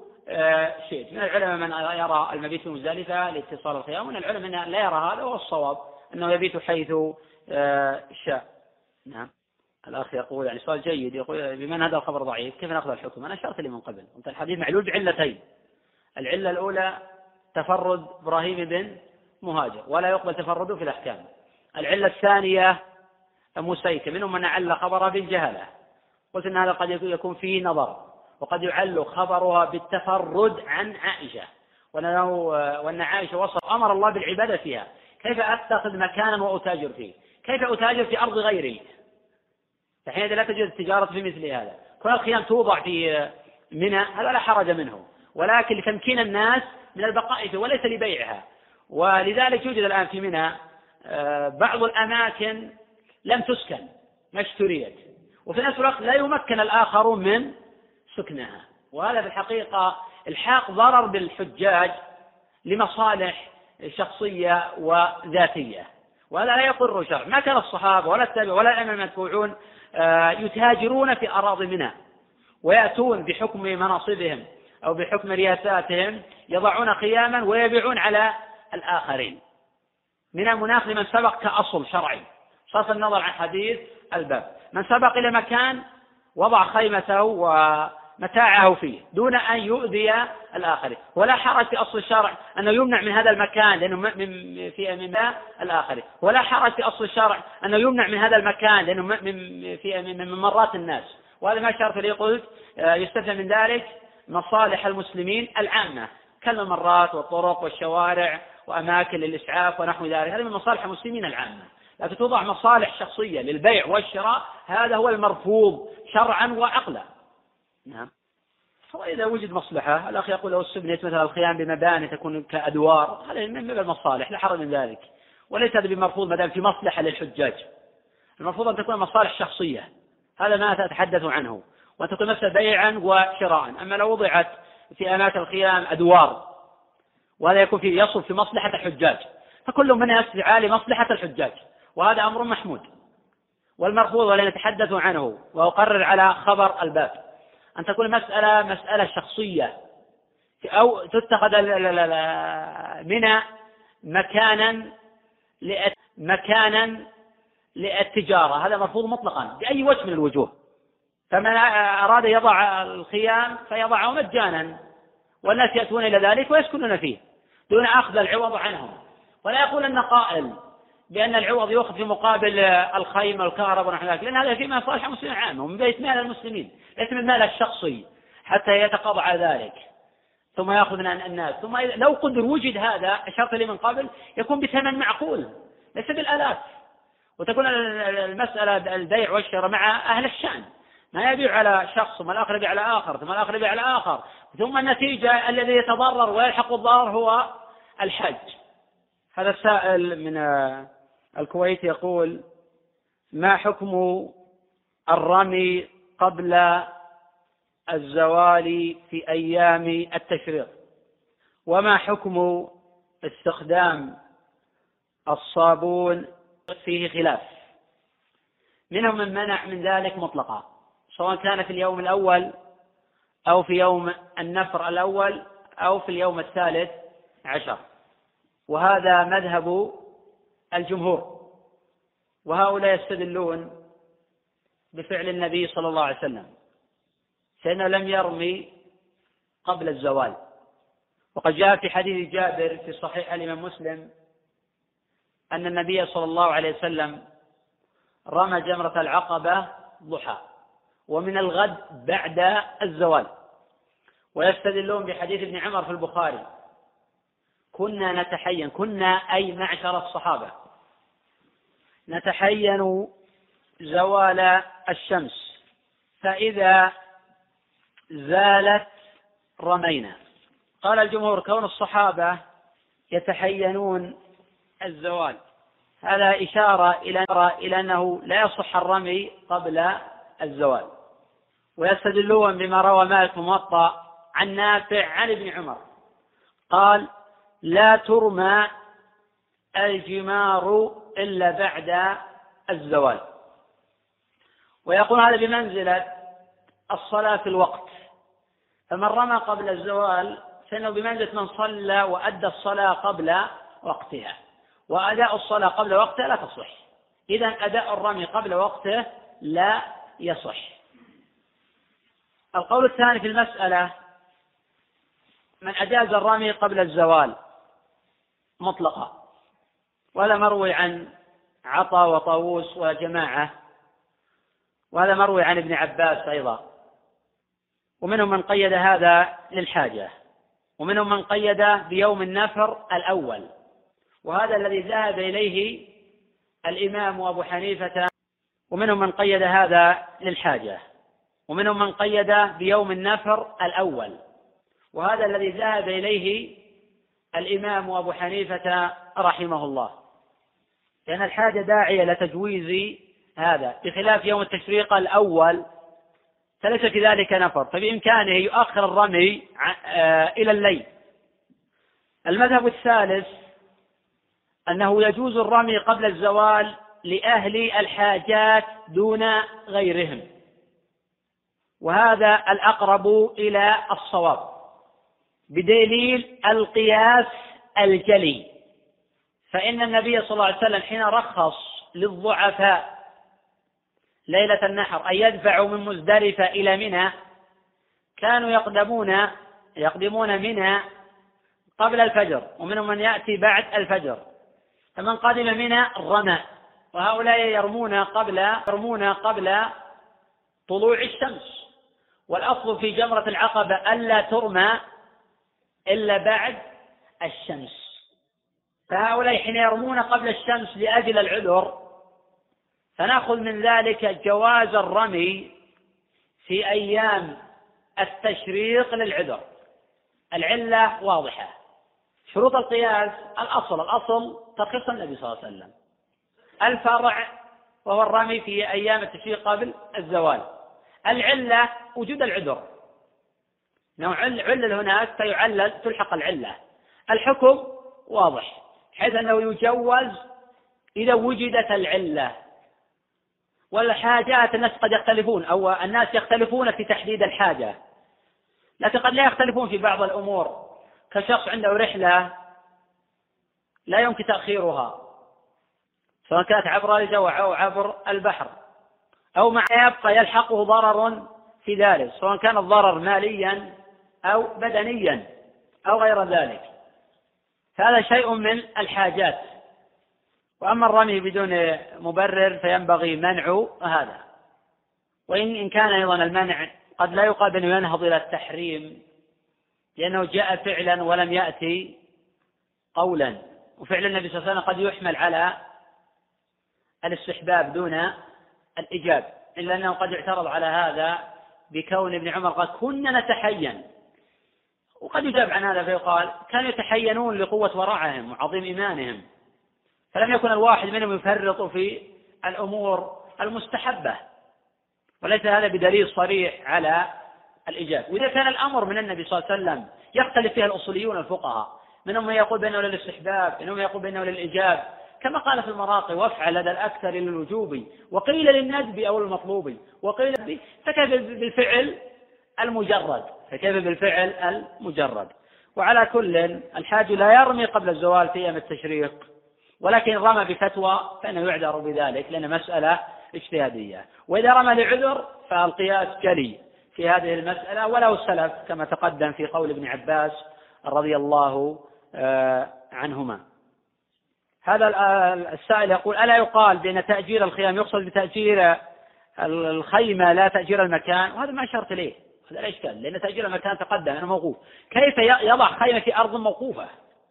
شئت. من العلماء من يرى المبيت في مزدلفة لاتصال الخيام، ومن العلماء من لا يرى هذا، والصواب أنه يبيت حيث شاء. نعم. الأخ يقول يعني سؤال جيد، يقول بمن هذا الخبر ضعيف كيف نأخذ الحكم؟ أنا أشرت لي من قبل قلت الحديث معلول بعلتين، العلة الأولى تفرد إبراهيم بن مهاجر ولا يقبل تفرده في الأحكام، العلة الثانية مسيكة، منهم من أعل خبره بالجهلة، قلت أن هذا قد يكون فيه نظر، وقد يعل خبرها بالتفرد عن عائشة، وأن عائشة وصف أمر الله بالعبادة فيها، كيف أتخذ مكانا وأتاجر فيه؟ كيف أتاجر في أرض غيري؟ فحينئذ لا توجد التجارة في مثل هذا. كل الخيام توضع في منى هذا لا حرج منه، ولكن لتمكين الناس من البقاء فيه وليس لبيعها. ولذلك يوجد الآن في منى بعض الأماكن لم تسكن ما اشتريت، وفي نفس الوقت لا يمكن الآخرون من سكنها، وهذا في الحقيقة الحاق ضرر بالحجاج لمصالح شخصية وذاتية، وهذا لا يقر شرع. ما كان الصحابة ولا التابعين ولا الأئمة المتبوعون يتاجرون في أراضي منى ويأتون بحكم مناصبهم أو بحكم رياساتهم يضعون خياما ويبيعون على الآخرين. من المناخ لمن سبق كأصل شرعي صرف النظر عن حديث الباب، من سبق إلى مكان وضع خيمته ومتاعه فيه دون أن يؤذي الآخرين، ولا حرج في أصل الشرع أنه يمنع من هذا المكان لأنه من في من الآخرين، ولا حرج في أصل الشرع أنه يمنع من هذا المكان لأنه من في من ممرات الناس. وهذا ما شرط لي قلت يستثنى من ذلك مصالح المسلمين العامة كالممرات والطرق والشوارع وأماكن للإسعاف ونحو ذلك، هذه من مصالح المسلمين العامة، لكن توضع مصالح شخصية للبيع والشراء هذا هو المرفوض شرعا وعقلا. نعم. وإذا وجد مصلحة، الأخ يقول لو استبنيت مثلا الخيام بمباني تكون كأدوار، هذا من المصالح لا حرج من ذلك، وليس هذا بمرفوض ما دام في مصلحة للحجاج. المرفوض أن تكون مصالح شخصية، هذا ما أتحدث عنه، وأن تكون مثلا بيعا وشراء. أما لو وضعت في أماكن الخيام أدوار وهذا يكون في يصف في مصلحة الحجاج، فكل منها يسعى لمصلحة الحجاج، وهذا أمر محمود. والمرفوض ولا نتحدث عنه وأقرر على خبر الباب أن تكون مسألة مسألة شخصية، أو تتخذ منها مكانا مكانا للتجارة، هذا مرفوض مطلقا بأي وجه من الوجوه. فمن أراد يضع الخيام فيضعه مجانا والناس يأتون إلى ذلك ويسكنون فيه دون أخذ العوض عنهم، ولا يقول أن قائل بأن العوض يأخذ في مقابل الخيمة والكهرباء ونحو ذلك، لأن هذا في مصالح المسلمين عامة ومن بيت مال المسلمين، ليس من مال الشخصي حتى يتقاضى على ذلك ثم يأخذ من الناس. ثم لو قدر وجد هذا أشرت لي من قبل يكون بثمن معقول ليس بالآلاف، وتكون المسألة البيع والشراء مع أهل الشأن، ما يبيع على شخص ثم الآخر يبيع على آخر ثم الآخر يبيع على آخر، ثم النتيجة الذي يتضرر ويلحق الضرر هو الحج. هذا السائل من الكويت يقول: ما حكم الرمي قبل الزوال في أيام التشريق؟ وما حكم استخدام الصابون؟ فيه خلاف، منهم من منع من ذلك مطلقا، سواء كان في اليوم الأول أو في يوم النفر الأول أو في اليوم الثالث عشر، وهذا مذهب الجمهور. وهؤلاء يستدلون بفعل النبي صلى الله عليه وسلم، فإنه لم يرمي قبل الزوال. وقد جاء في حديث جابر في صحيح الإمام مسلم أن النبي صلى الله عليه وسلم رمى جمرة العقبة ضحى ومن الغد بعد الزوال. ويستدلون بحديث ابن عمر في البخاري: كنا نتحين، كنا أي معشر الصحابة، نتحين زوال الشمس، فإذا زالت رمينا. قال الجمهور: كون الصحابة يتحينون الزوال هذا إشارة إلى إلى أنه لا يصح الرمي قبل الزوال. ويستدلون بما روى مالك في الموطأ عن نافع عن ابن عمر قال: لا ترمى الجمار إلا بعد الزوال. ويقول هذا بمنزلة الصلاة في الوقت، فمن رمى قبل الزوال فإنه بمنزلة من صلى وأدى الصلاة قبل وقتها، وأداء الصلاة قبل وقتها لا تصح، إذن أداء الرمي قبل وقته لا يصح. القول الثاني في المسألة: من أجاز الرمي قبل الزوال مطلقا، وهذا مروي عن عطا وطاووس وجماعة، وهذا مروي عن ابن عباس أيضا. ومنهم من قيد هذا للحاجة، ومنهم من قيد بيوم النفر الأول، وهذا الذي ذهب إليه الإمام أبو حنيفة. ومنهم من قيد هذا للحاجة، ومنهم من قيد بيوم النفر الأول، وهذا الذي ذهب إليه الإمام أبو حنيفة رحمه الله، لأن الحاجة داعية لتجويز هذا، بخلاف يوم التشريق الأول فليس في ذلك نفر، فبإمكانه يؤخر الرمي إلى الليل. المذهب الثالث أنه يجوز الرمي قبل الزوال لأهل الحاجات دون غيرهم، وهذا الأقرب إلى الصواب بدليل القياس الجلي، فإن النبي صلى الله عليه وسلم حين رخص للضعفاء ليلة النحر أن يدفعوا من مزدلفة إلى منى كانوا يقدمون يقدمون منى قبل الفجر، ومنهم من يأتي بعد الفجر، فمن قدم منى رمى، وهؤلاء يرمون قبل يرمون قبل طلوع الشمس. والأصل في جمرة العقبة ألا ترمى إلا بعد الشمس، فهؤلاء حين يرمون قبل الشمس لأجل العذر فنأخذ من ذلك جواز الرمي في أيام التشريق للعذر. العلة واضحة. شروط القياس: الأصل الأصل ترخيص النبي صلى الله عليه وسلم. الفرع وهو الرمي في أيام التشريق قبل الزوال. العلة وجود العذر، لو علل هناك فيعلل تلحق العلة. الحكم واضح حيث أنه يجوز إذا وجدت العلة. والحاجات الناس قد يختلفون، أو الناس يختلفون في تحديد الحاجة، لكن قد لا يختلفون في بعض الأمور، كشخص عنده رحلة لا يمكن تأخيرها سواء كانت عبر الجو أو عبر البحر، أو مع يبقى يلحقه ضرر في ذلك سواء كان الضرر ماليا أو بدنيا أو غير ذلك، فهذا شيء من الحاجات. وأما الرمي بدون مبرر فينبغي منع هذا، وإن كان أيضا المنع قد لا يقال أنه ينهض إلى التحريم، لأنه جاء فعلا ولم يأتي قولا، وفعل النبي صلى الله عليه وسلم قد يحمل على الاستحباب دون الإيجاب، إلا أنه قد اعترض على هذا بكون ابن عمر قال كنا نتحين، وقد يجاب عن هذا فيقال كانوا يتحينون لقوة ورعهم وعظيم إيمانهم، فلم يكن الواحد منهم يفرط في الأمور المستحبة، وليس هذا بدليل صريح على الإجابة. وإذا كان الأمر من النبي صلى الله عليه وسلم يختلف فيها الأصوليون الفقهاء، منهم من يقول بأنه للاستحباب، منهم من يقول بأنه للإجاب، كما قال في المراقي وافعل لدى الأكثر للوجوب وقيل للندب أو المطلوب وقيل ب... فكيف بالفعل المجرد فكيف بالفعل المجرد وعلى كل الحاج لا يرمي قبل الزوال في أيام التشريق، ولكن رمى بفتوى فإنه يعذر بذلك لأن مسألة اجتهادية. وإذا رمى لعذر فالقياس جلي في هذه المسألة، وله سلف كما تقدم في قول ابن عباس رضي الله عنهما. هذا السائل يقول ألا يقال بأن تأجير الخيام يقصد بتأجير الخيمة لا تأجير المكان؟ وهذا ما أشرت إليه، هذا لا إشكال، لأن تأجير المكان تقدم أنه موقوف، كيف يضع خيمة في أرض موقوفة؟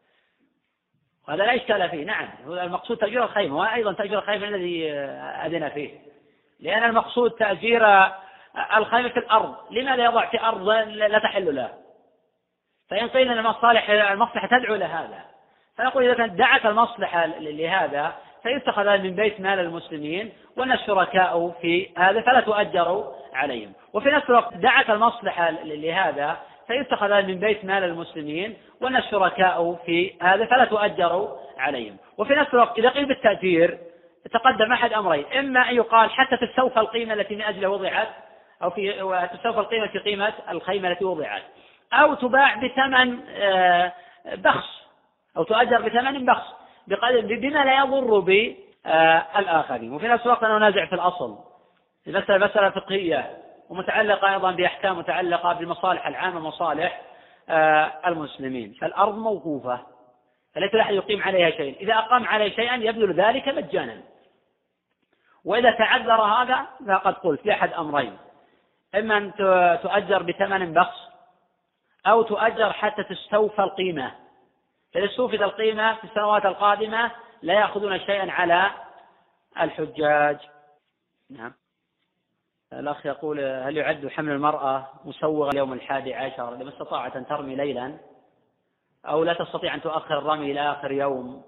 هذا لا إشكال فيه. نعم، هو المقصود تأجير الخيمة، وأيضا تأجير الخيمة الذي أذن فيه، لأن المقصود تأجير الخيمة في الأرض. لماذا يضع في أرض لا تحل له؟ فإن قيل أن المصالح المصلحة تدعو لهذا، فنقول إذا كانت دعت المصلحة لهذا فيتخذ من بيت مال المسلمين والناس شركاء في هذا فلا تؤجروا عليهم، وفي نفس الوقت دعت المصلحة لهذا فيتخذ من بيت مال المسلمين والناس شركاء في هذا فلا تؤجروا عليهم. وفي نفس الوقت إذا قيل بالتأجير تقدم أحد أمرين، إما أن يقال حتى تستوفى القيمة التي من أجلها وضعت، أو في تستوفى القيمة في قيمة الخيمة التي وضعت، أو تباع بثمن بخس، أو تؤجر بثمن بخس بما لا يضر بالآخرين. وفي نفس الوقت أنا نازع في الأصل المسألة مسألة فقهية ومتعلقة أيضا بأحكام متعلقة بالمصالح العامة ومصالح المسلمين. فالأرض موقوفة فليس أحد يقيم عليها شيء، إذا أقام عليه شيئا يبذل ذلك مجانا. وإذا تعذر هذا فقد قلت في أحد أمرين، إما أن تؤجر بثمن بخس أو تؤجر حتى تستوفى القيمة، فإذا استوفت القيمة في السنوات القادمة لا يأخذون شيئا على الحجاج. نعم. الأخ يقول هل يعد حمل المرأة مسوغا اليوم الحادي عشر لما استطاعت أن ترمي ليلا أو لا تستطيع أن تؤخر الرمي إلى آخر يوم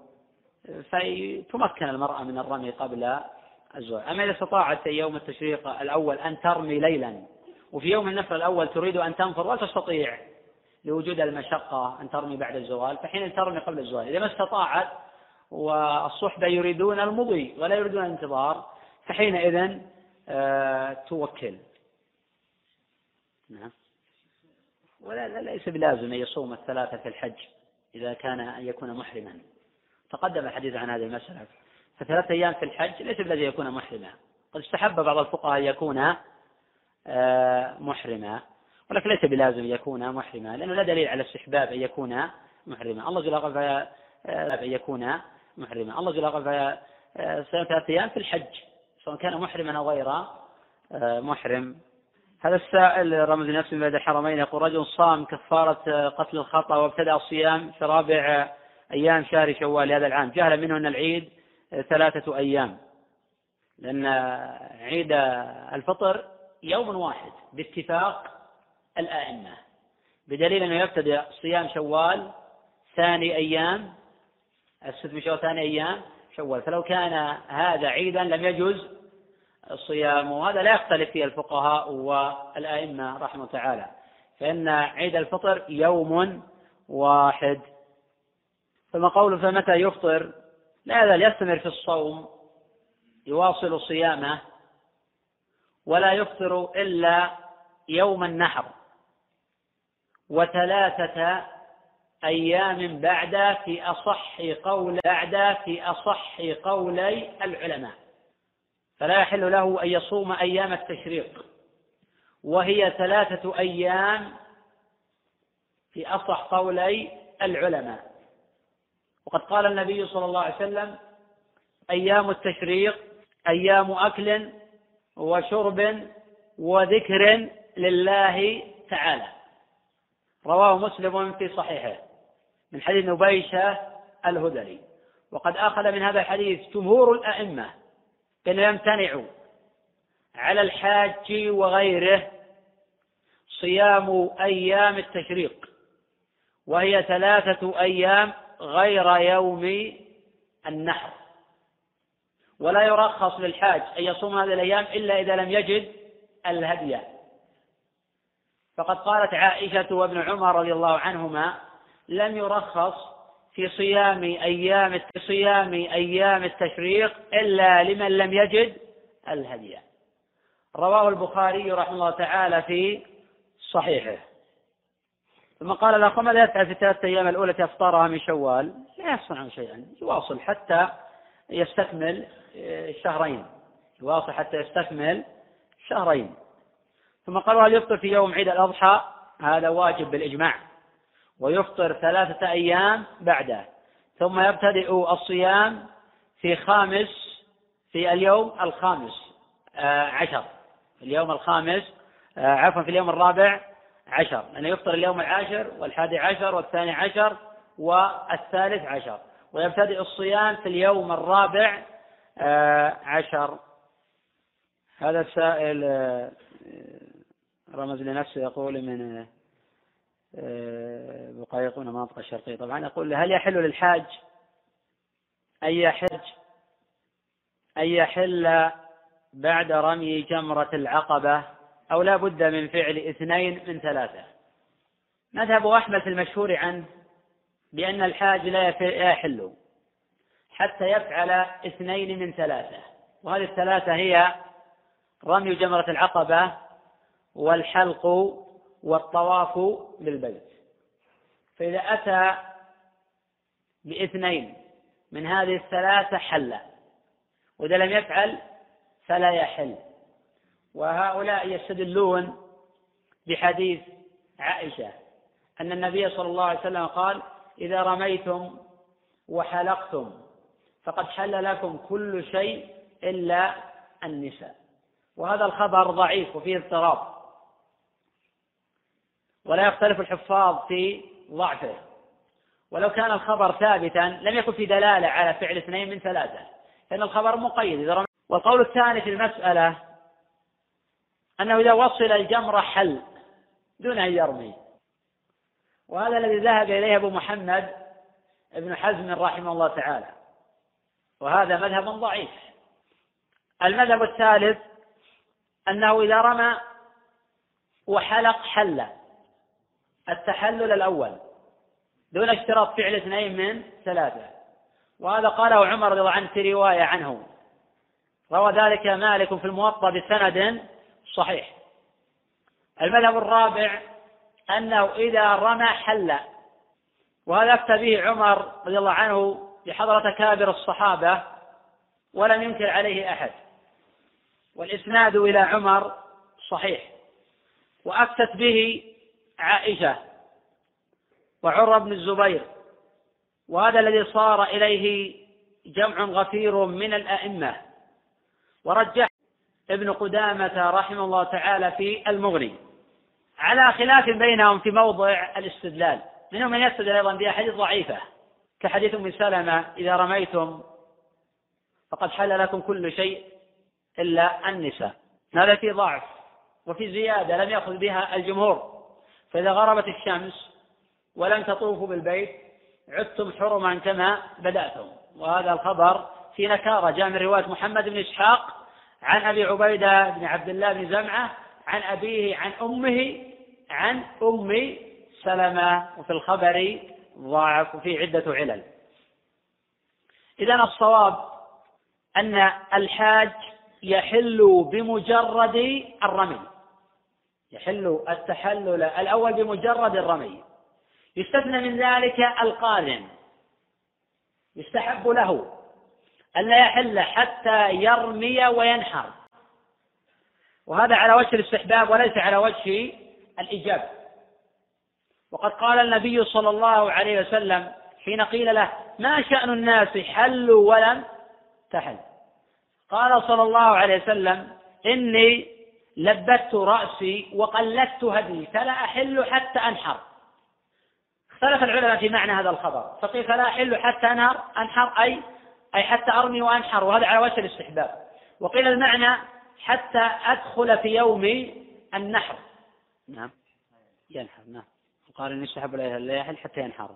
فتمكن المرأة من الرمي قبل الزوال؟ أما إذا استطاعت في يوم التشريق الأول أن ترمي ليلا وفي يوم النفر الأول تريد أن تنفر ولا تستطيع لوجود المشقة أن ترمي بعد الزوال فحين ترمي قبل الزوال. إذا ما استطاعت والصحبة يريدون المضي ولا يريدون الانتظار فحينئذ أه توكل. نعم. ولا لا ليس بلازم أن يصوم الثلاثة في الحج إذا كان أن يكون محرما، تقدم الحديث عن هذه المسألة. فثلاثة أيام في الحج ليس بلازم يكون محرما، قد استحب بعض الفقهاء أن يكون أه محرما، ولكن ليس بلازم يكون محرما لأنه لا دليل على استحباب أن يكون محرما. الله جل وعلا أن يكون محرما، الله جل وعلا صيام ثلاثة أيام في الحج سواء كان محرما أو غير محرم. هذا السائل رمز نفسه من بين الحرمين يقول رجل صام كفارة قتل الخطأ وابتدأ الصيام في رابع أيام شهر شوال هذا العام، جهل منه أن العيد ثلاثة أيام، لأن عيد الفطر يوم واحد باتفاق الآئمة، بدليل أنه يبتدأ صيام شوال ثاني أيام الست من شوال ثاني أيام شوال، فلو كان هذا عيدا لم يجوز الصيام، وهذا لا يختلف فيه الفقهاء والآئمة رحمه تعالى، فإن عيد الفطر يوم واحد. ثم قوله فمتى يفطر؟ لا يزال يستمر في الصوم يواصل صيامه ولا يفطر إلا يوم النحر وثلاثة أيام بعد في أصح قول بعد في أصح قولي العلماء، فلا يحل له أن يصوم أيام التشريق وهي ثلاثة أيام في أصح قولي العلماء. وقد قال النبي صلى الله عليه وسلم أيام التشريق أيام أكل وشرب وذكر لله تعالى، رواه مسلم في صحيحه من حديث نبيشة الهذلي. وقد أخذ من هذا الحديث جمهور الأئمة بأنه يمتنع على الحاج وغيره صيام أيام التشريق، وهي ثلاثة أيام غير يوم النحر، ولا يرخص للحاج أن يصوم هذه الأيام إلا إذا لم يجد الهدي. فقد قالت عائشة وابن عمر رضي الله عنهما: لم يرخص في صيام أيام في صيام أيام التشريق إلا لمن لم يجد الهدي. رواه البخاري رحمه الله تعالى في صحيحه. ثم قال الأخ: ماذا يفعل في الثلاثة أيام الأولى أفطارها من شوال؟ لا يصنع شيئا، يواصل حتى يستكمل شهرين، يواصل حتى يستكمل شهرين. ثم قال: هل يفطر في يوم عيد الأضحى؟ هذا واجب بالإجماع، ويفطر ثلاثة أيام بعده، ثم يبتدئ الصيام في خامس في اليوم الخامس عشر في اليوم الخامس عفوا في اليوم الرابع عشر، لأنه يفطر اليوم العاشر والحادي عشر والثاني عشر والثالث عشر، ويبتدئ الصيام في اليوم الرابع عشر. هذا السائل رمز لنفسه، يقول من بقايقون المناطق الشرقية طبعا، يقول: هل يحل للحاج أن يحج أن يحل بعد رمي جمرة العقبة أو لا بد من فعل اثنين من ثلاثة؟ مذهب أحمد المشهور عنه بأن الحاج لا يحل حتى يفعل اثنين من ثلاثة، وهذه الثلاثة هي رمي جمرة العقبة والحلق والطواف بالبيت. فإذا أتى باثنين من هذه الثلاثة حل، وإذا لم يفعل فلا يحل. وهؤلاء يستدلون بحديث عائشة أن النبي صلى الله عليه وسلم قال: إذا رميتم وحلقتم فقد حل لكم كل شيء إلا النساء. وهذا الخبر ضعيف وفيه اضطراب، ولا يختلف الحفاظ في ضعفه. ولو كان الخبر ثابتا لم يكن في دلالة على فعل اثنين من ثلاثة، لأن الخبر مقيد. والقول الثاني في المسألة أنه إذا وصل الجمرة حل دون أن يرمي، وهذا الذي ذهب إليه أبو محمد ابن حزم رحمه الله تعالى، وهذا مذهب ضعيف. المذهب الثالث أنه إذا رمى وحلق حل، التحلل الأول دون اشتراط فعل اثنين من ثلاثة، وهذا قاله عمر رضي الله عنه في رواية عنه، روى ذلك مالك في الموطأ بسند صحيح. المذهب الرابع أنه إذا رمى حل، وهذا أفتى به عمر رضي الله عنه بحضرة كابر الصحابة ولم ينكر عليه أحد، والإسناد إلى عمر صحيح، وأفتت به عائشة وعروة بن الزبير، وهذا الذي صار إليه جمع غفير من الأئمة، ورجح ابن قدامة رحمه الله تعالى في المغني، على خلاف بينهم في موضع الاستدلال. منهم من يستدل أيضا بأحاديث ضعيفة كحديث أم سلمة: إذا رميتم فقد حل لكم كل شيء إلا النساء. هذا في ضعف، وفي زيادة لم يأخذ بها الجمهور: فإذا غربت الشمس ولم تطوفوا بالبيت عدتم حرما كما بدأتم. وهذا الخبر في نكارة، جاء من رواية محمد بن إسحاق عن أبي عبيدة بن عبد الله بن زمعة عن أبيه عن أمه عن أم سلمة، وفي الخبر ضعف وفي عدة علل. إذن الصواب أن الحاج يحل بمجرد الرمي، يحل التحلل الأول بمجرد الرمي، يستثنى من ذلك القارن، يستحب له أن لا يحل حتى يرمي وينحر، وهذا على وجه الاستحباب وليس على وجه الإيجاب. وقد قال النبي صلى الله عليه وسلم حين قيل له: ما شأن الناس حلوا ولم تحل؟ قال صلى الله عليه وسلم: إني لبت رأسي وقلدت هدي فلا أحل حتى أنحر. اختلف العلماء في معنى هذا الخبر، فقيل فلا أحل حتى أنحر أنحر أي أي حتى أرمي وأنحر، وهذا على وجه الاستحباب. وقيل المعنى حتى أدخل في يوم النحر. نعم ينحر. نعم قال إن يستحب لا يحل حتى ينحر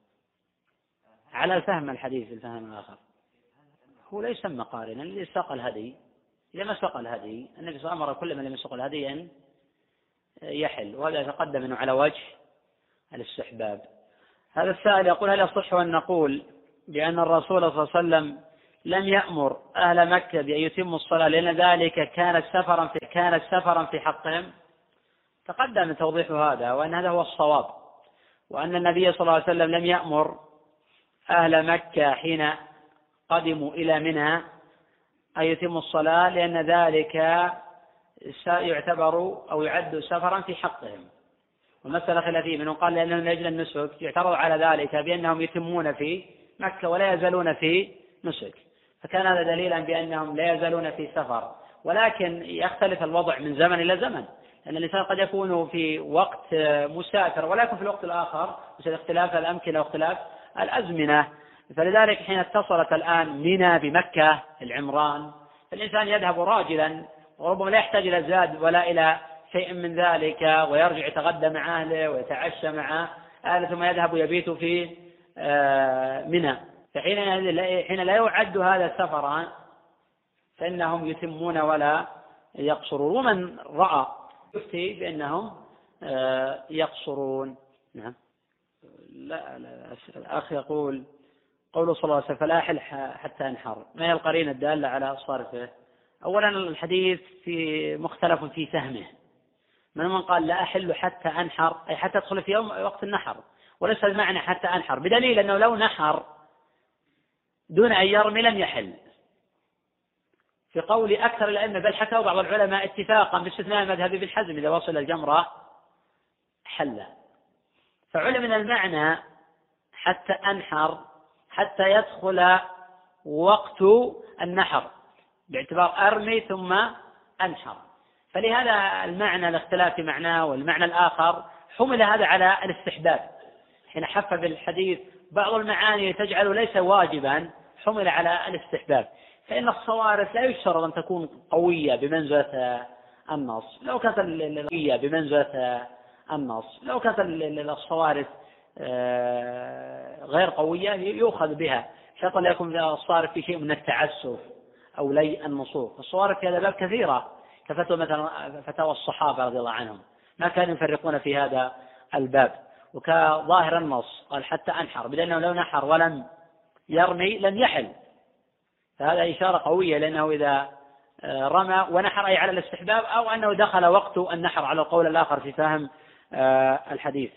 على الفهم الحديث الفهم الآخر. هو لا يسمى قارنا اللي ساق الهدي. إذا ما ساق الهدي النبي صلى الله عليه وسلم أمر كل من لم يساق الهدي أن يحل، وهذا يتقدم أنه على وجه الاستحباب. هذا السائل يقول هل يصح أن نقول بأن الرسول صلى الله عليه وسلم لم يأمر أهل مكة بأن يتموا الصلاة لأن ذلك كانت سفرا في كانت سفرا في حقهم؟ تقدم توضيح هذا، وأن هذا هو الصواب، وأن النبي صلى الله عليه وسلم لم يأمر أهل مكة حين قدموا إلى منى أن يتموا الصلاة لأن ذلك سيعتبر أو يعد سفرا في حقهم. والمسألة خلافية، منهم قال لأنهم من أجل النسك يعترض على ذلك بأنهم يتمون في مكة ولا يزالون في نسك، فكان هذا دليلا بأنهم لا يزالون في سفر. ولكن يختلف الوضع من زمن إلى زمن، لأن الإنسان قد يكون في وقت مسافر ولا يكون في الوقت الآخر بسبب اختلاف الأمكنة واختلاف الأزمنة. فلذلك حين اتصلت الآن منى بمكة العمران فالإنسان يذهب راجلا وربما لا يحتاج إلى زاد ولا إلى شيء من ذلك، ويرجع يتغدى مع أهله ويتعشى مع أهله ثم يذهب يبيت في منى. فحين حين لا يعد هذا سفرا فإنهم يتمون ولا يقصرون. ومن رأى يفتي بأنهم يقصرون. نعم. لا, لا الأخ يقول قوله صلى الله عليه وسلم فلا أحل حتى أنحر، ما هي القرينة الدالة على صرفه؟ أولا الحديث في مختلف في فهمه، من من قال لا أحل حتى أنحر أي حتى أدخل في يوم وقت النحر، وليس المعنى حتى أنحر، بدليل أنه لو نحر دون أن يرمي لم يحل في قول أكثر الأئمة، بل حكوا بعض العلماء اتفاقا باستثناء المذهب ابن حزم إذا وصل الجمرة حل. فعلم من المعنى حتى أنحر حتى يدخل وقت النحر باعتبار أرمي ثم أنحر، فلهذا المعنى الاختلاف في معناه. والمعنى الآخر حمل هذا على الاستحباب، حين حف بالحديث بعض المعاني تجعل ليس واجبا حمل على الاستحباب. فإن الصوارف لا يشترط أن تكون قوية بمنزلة النص، لو كانت القوية بمنزلة النص لو كانت الصوارف غير قوية يؤخذ بها، شرط لا يكون الصارف في شيء من التعسف أو لي النصوص. الصوارف في هذا الباب كثيرة كفتوى مثلا فتاوى الصحابة رضي الله عنهم ما كانوا يفرقون في هذا الباب. وكظاهر النص قال حتى أنحر بأنه لو نحر ولم يرمي لم يحل، فهذا إشارة قوية لأنه إذا رمى ونحر أي على الاستحباب أو أنه دخل وقت النحر على القول الآخر في فهم الحديث.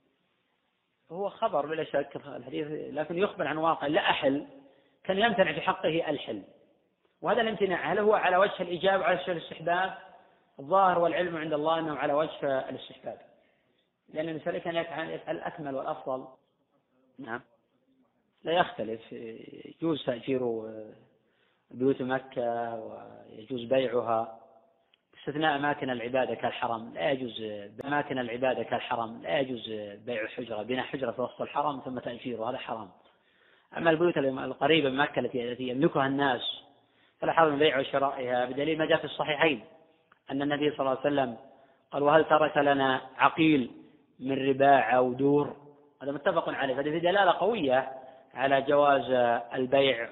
هو خبر بلا شك الحديث، لكن يخبر عن واقع لا أحل كان يمتنع في حقه الحل، وهذا الامتناع هل هو على وجه الإجابة على وجه الاستحباب؟ الظاهر والعلم عند الله أنه على وجه الاستحباب، لأن الإنسان كان يفعل الأكمل والأفضل. نعم لا يختلف، يجوز تأجير بيوت مكة ويجوز بيعها باستثناء أماكن العبادة كالحرم، لا يجوز أماكن العبادة كالحرم لا يجوز بيع حجرة، بناء حجرة في وسط الحرم ثم تأجيره، هذا حرام. أما البيوت القريبة من مكة التي يملكها الناس فلا حرج من بيع وشرائها، بدليل ما جاء في الصحيحين أن النبي صلى الله عليه وسلم قال وهل ترك لنا عقيل من رباع أو دور، هذا متفق عليه. فهذه في دلالة قوية على جواز البيع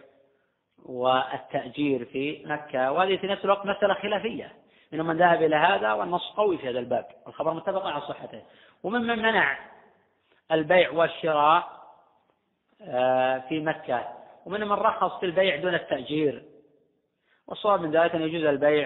والتأجير في مكة، وهذه في نفس الوقت مسألة خلافية، منهم من ذهب إلى هذا والنص قوي في هذا الباب والخبر متفق على صحته، وممن منع البيع والشراء في مكة، ومن من رخص في البيع دون التأجير. والصواب من ذلك أن يجوز البيع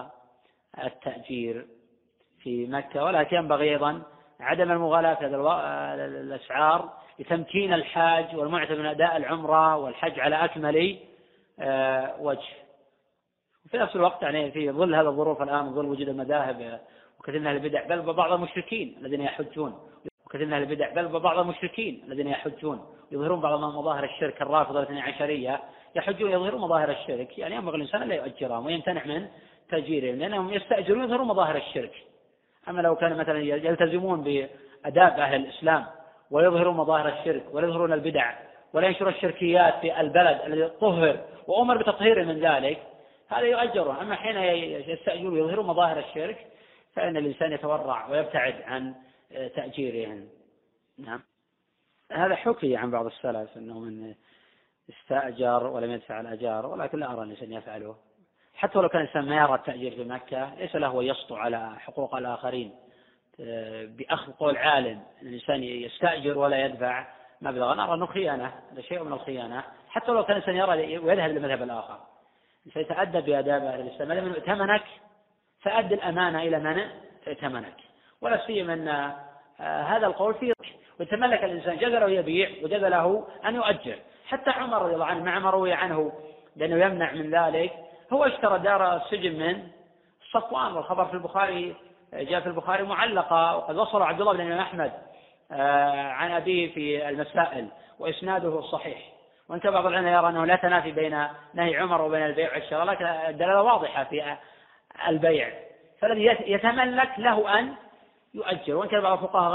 والتأجير في مكة، ولكن ينبغي أيضا عدم المغالاة في هذا الأسعار لتمكين الحاج والمعتمر من أداء العمرة والحج على أكمل وجه. وفي نفس الوقت يعني في ظل هذا الظروف الآن، ظل وجود المذاهب وكثير من البدع بل وبعض المشركين الذين يحجون وكثير من البدع بل وبعض المشركين الذين يحجون يظهرون بعض مظاهر الشرك الرافضة الاثني عشرية، يحجون يظهرون مظاهر الشرك، يعني ينبغي الإنسان لا يؤجرهم ويمتنع من تأجيرهم لأنهم يستأجرون يظهرون مظاهر الشرك. أما لو كان مثلا يلتزمون بأداب أهل الإسلام ويظهرون مظاهر الشرك ويظهرون البدع ولا ينشرون الشركيات في البلد الذي طهر وأمر بتطهيره من ذلك، هذا يؤجره. أما حين يستأجر ويظهر مظاهر الشرك فإن الإنسان يتورع ويبتعد عن تأجيرهم. نعم. هذا حكي عن بعض السلف أنه من استأجر ولم يدفع الأجار، ولكن لا أرى الإنسان يفعله، حتى لو كان الإنسان ما يرى التأجير في مكة ليس له يسطو على حقوق الآخرين بأخذ قول عالم أن الإنسان يستأجر ولا يدفع مبلغا. أنا أرى أنه خيانة، هذا شيء من الخيانة، حتى لو كان الإنسان يرى ويذهب للمذهب الآخر. فيتأدب بآداب أهل الإسلام، ما دام ائتمنك فأد الأمانة إلى من ائتمنك، ولا سيما أن هذا القول فيه ويتملك الإنسان جاز له يبيع وجاز له أن يؤجر. حتى عمر رضي الله عنه مع ما روي عنه لأنه يمنع من ذلك، هو اشترى دار السجن من صفوان، والخبر في البخاري جاء في البخاري معلقة، وقد وصل عبد الله بن الإمام أحمد عن أبيه في المسائل وإسناده صحيح. وانت بعض العلماء يرى أنه لا تنافي بين نهي عمر وبين البيع والشراء، لكن الدلالة واضحة في البيع، فالذي يتملك له أن يؤجر. وان كان بعض الفقهاء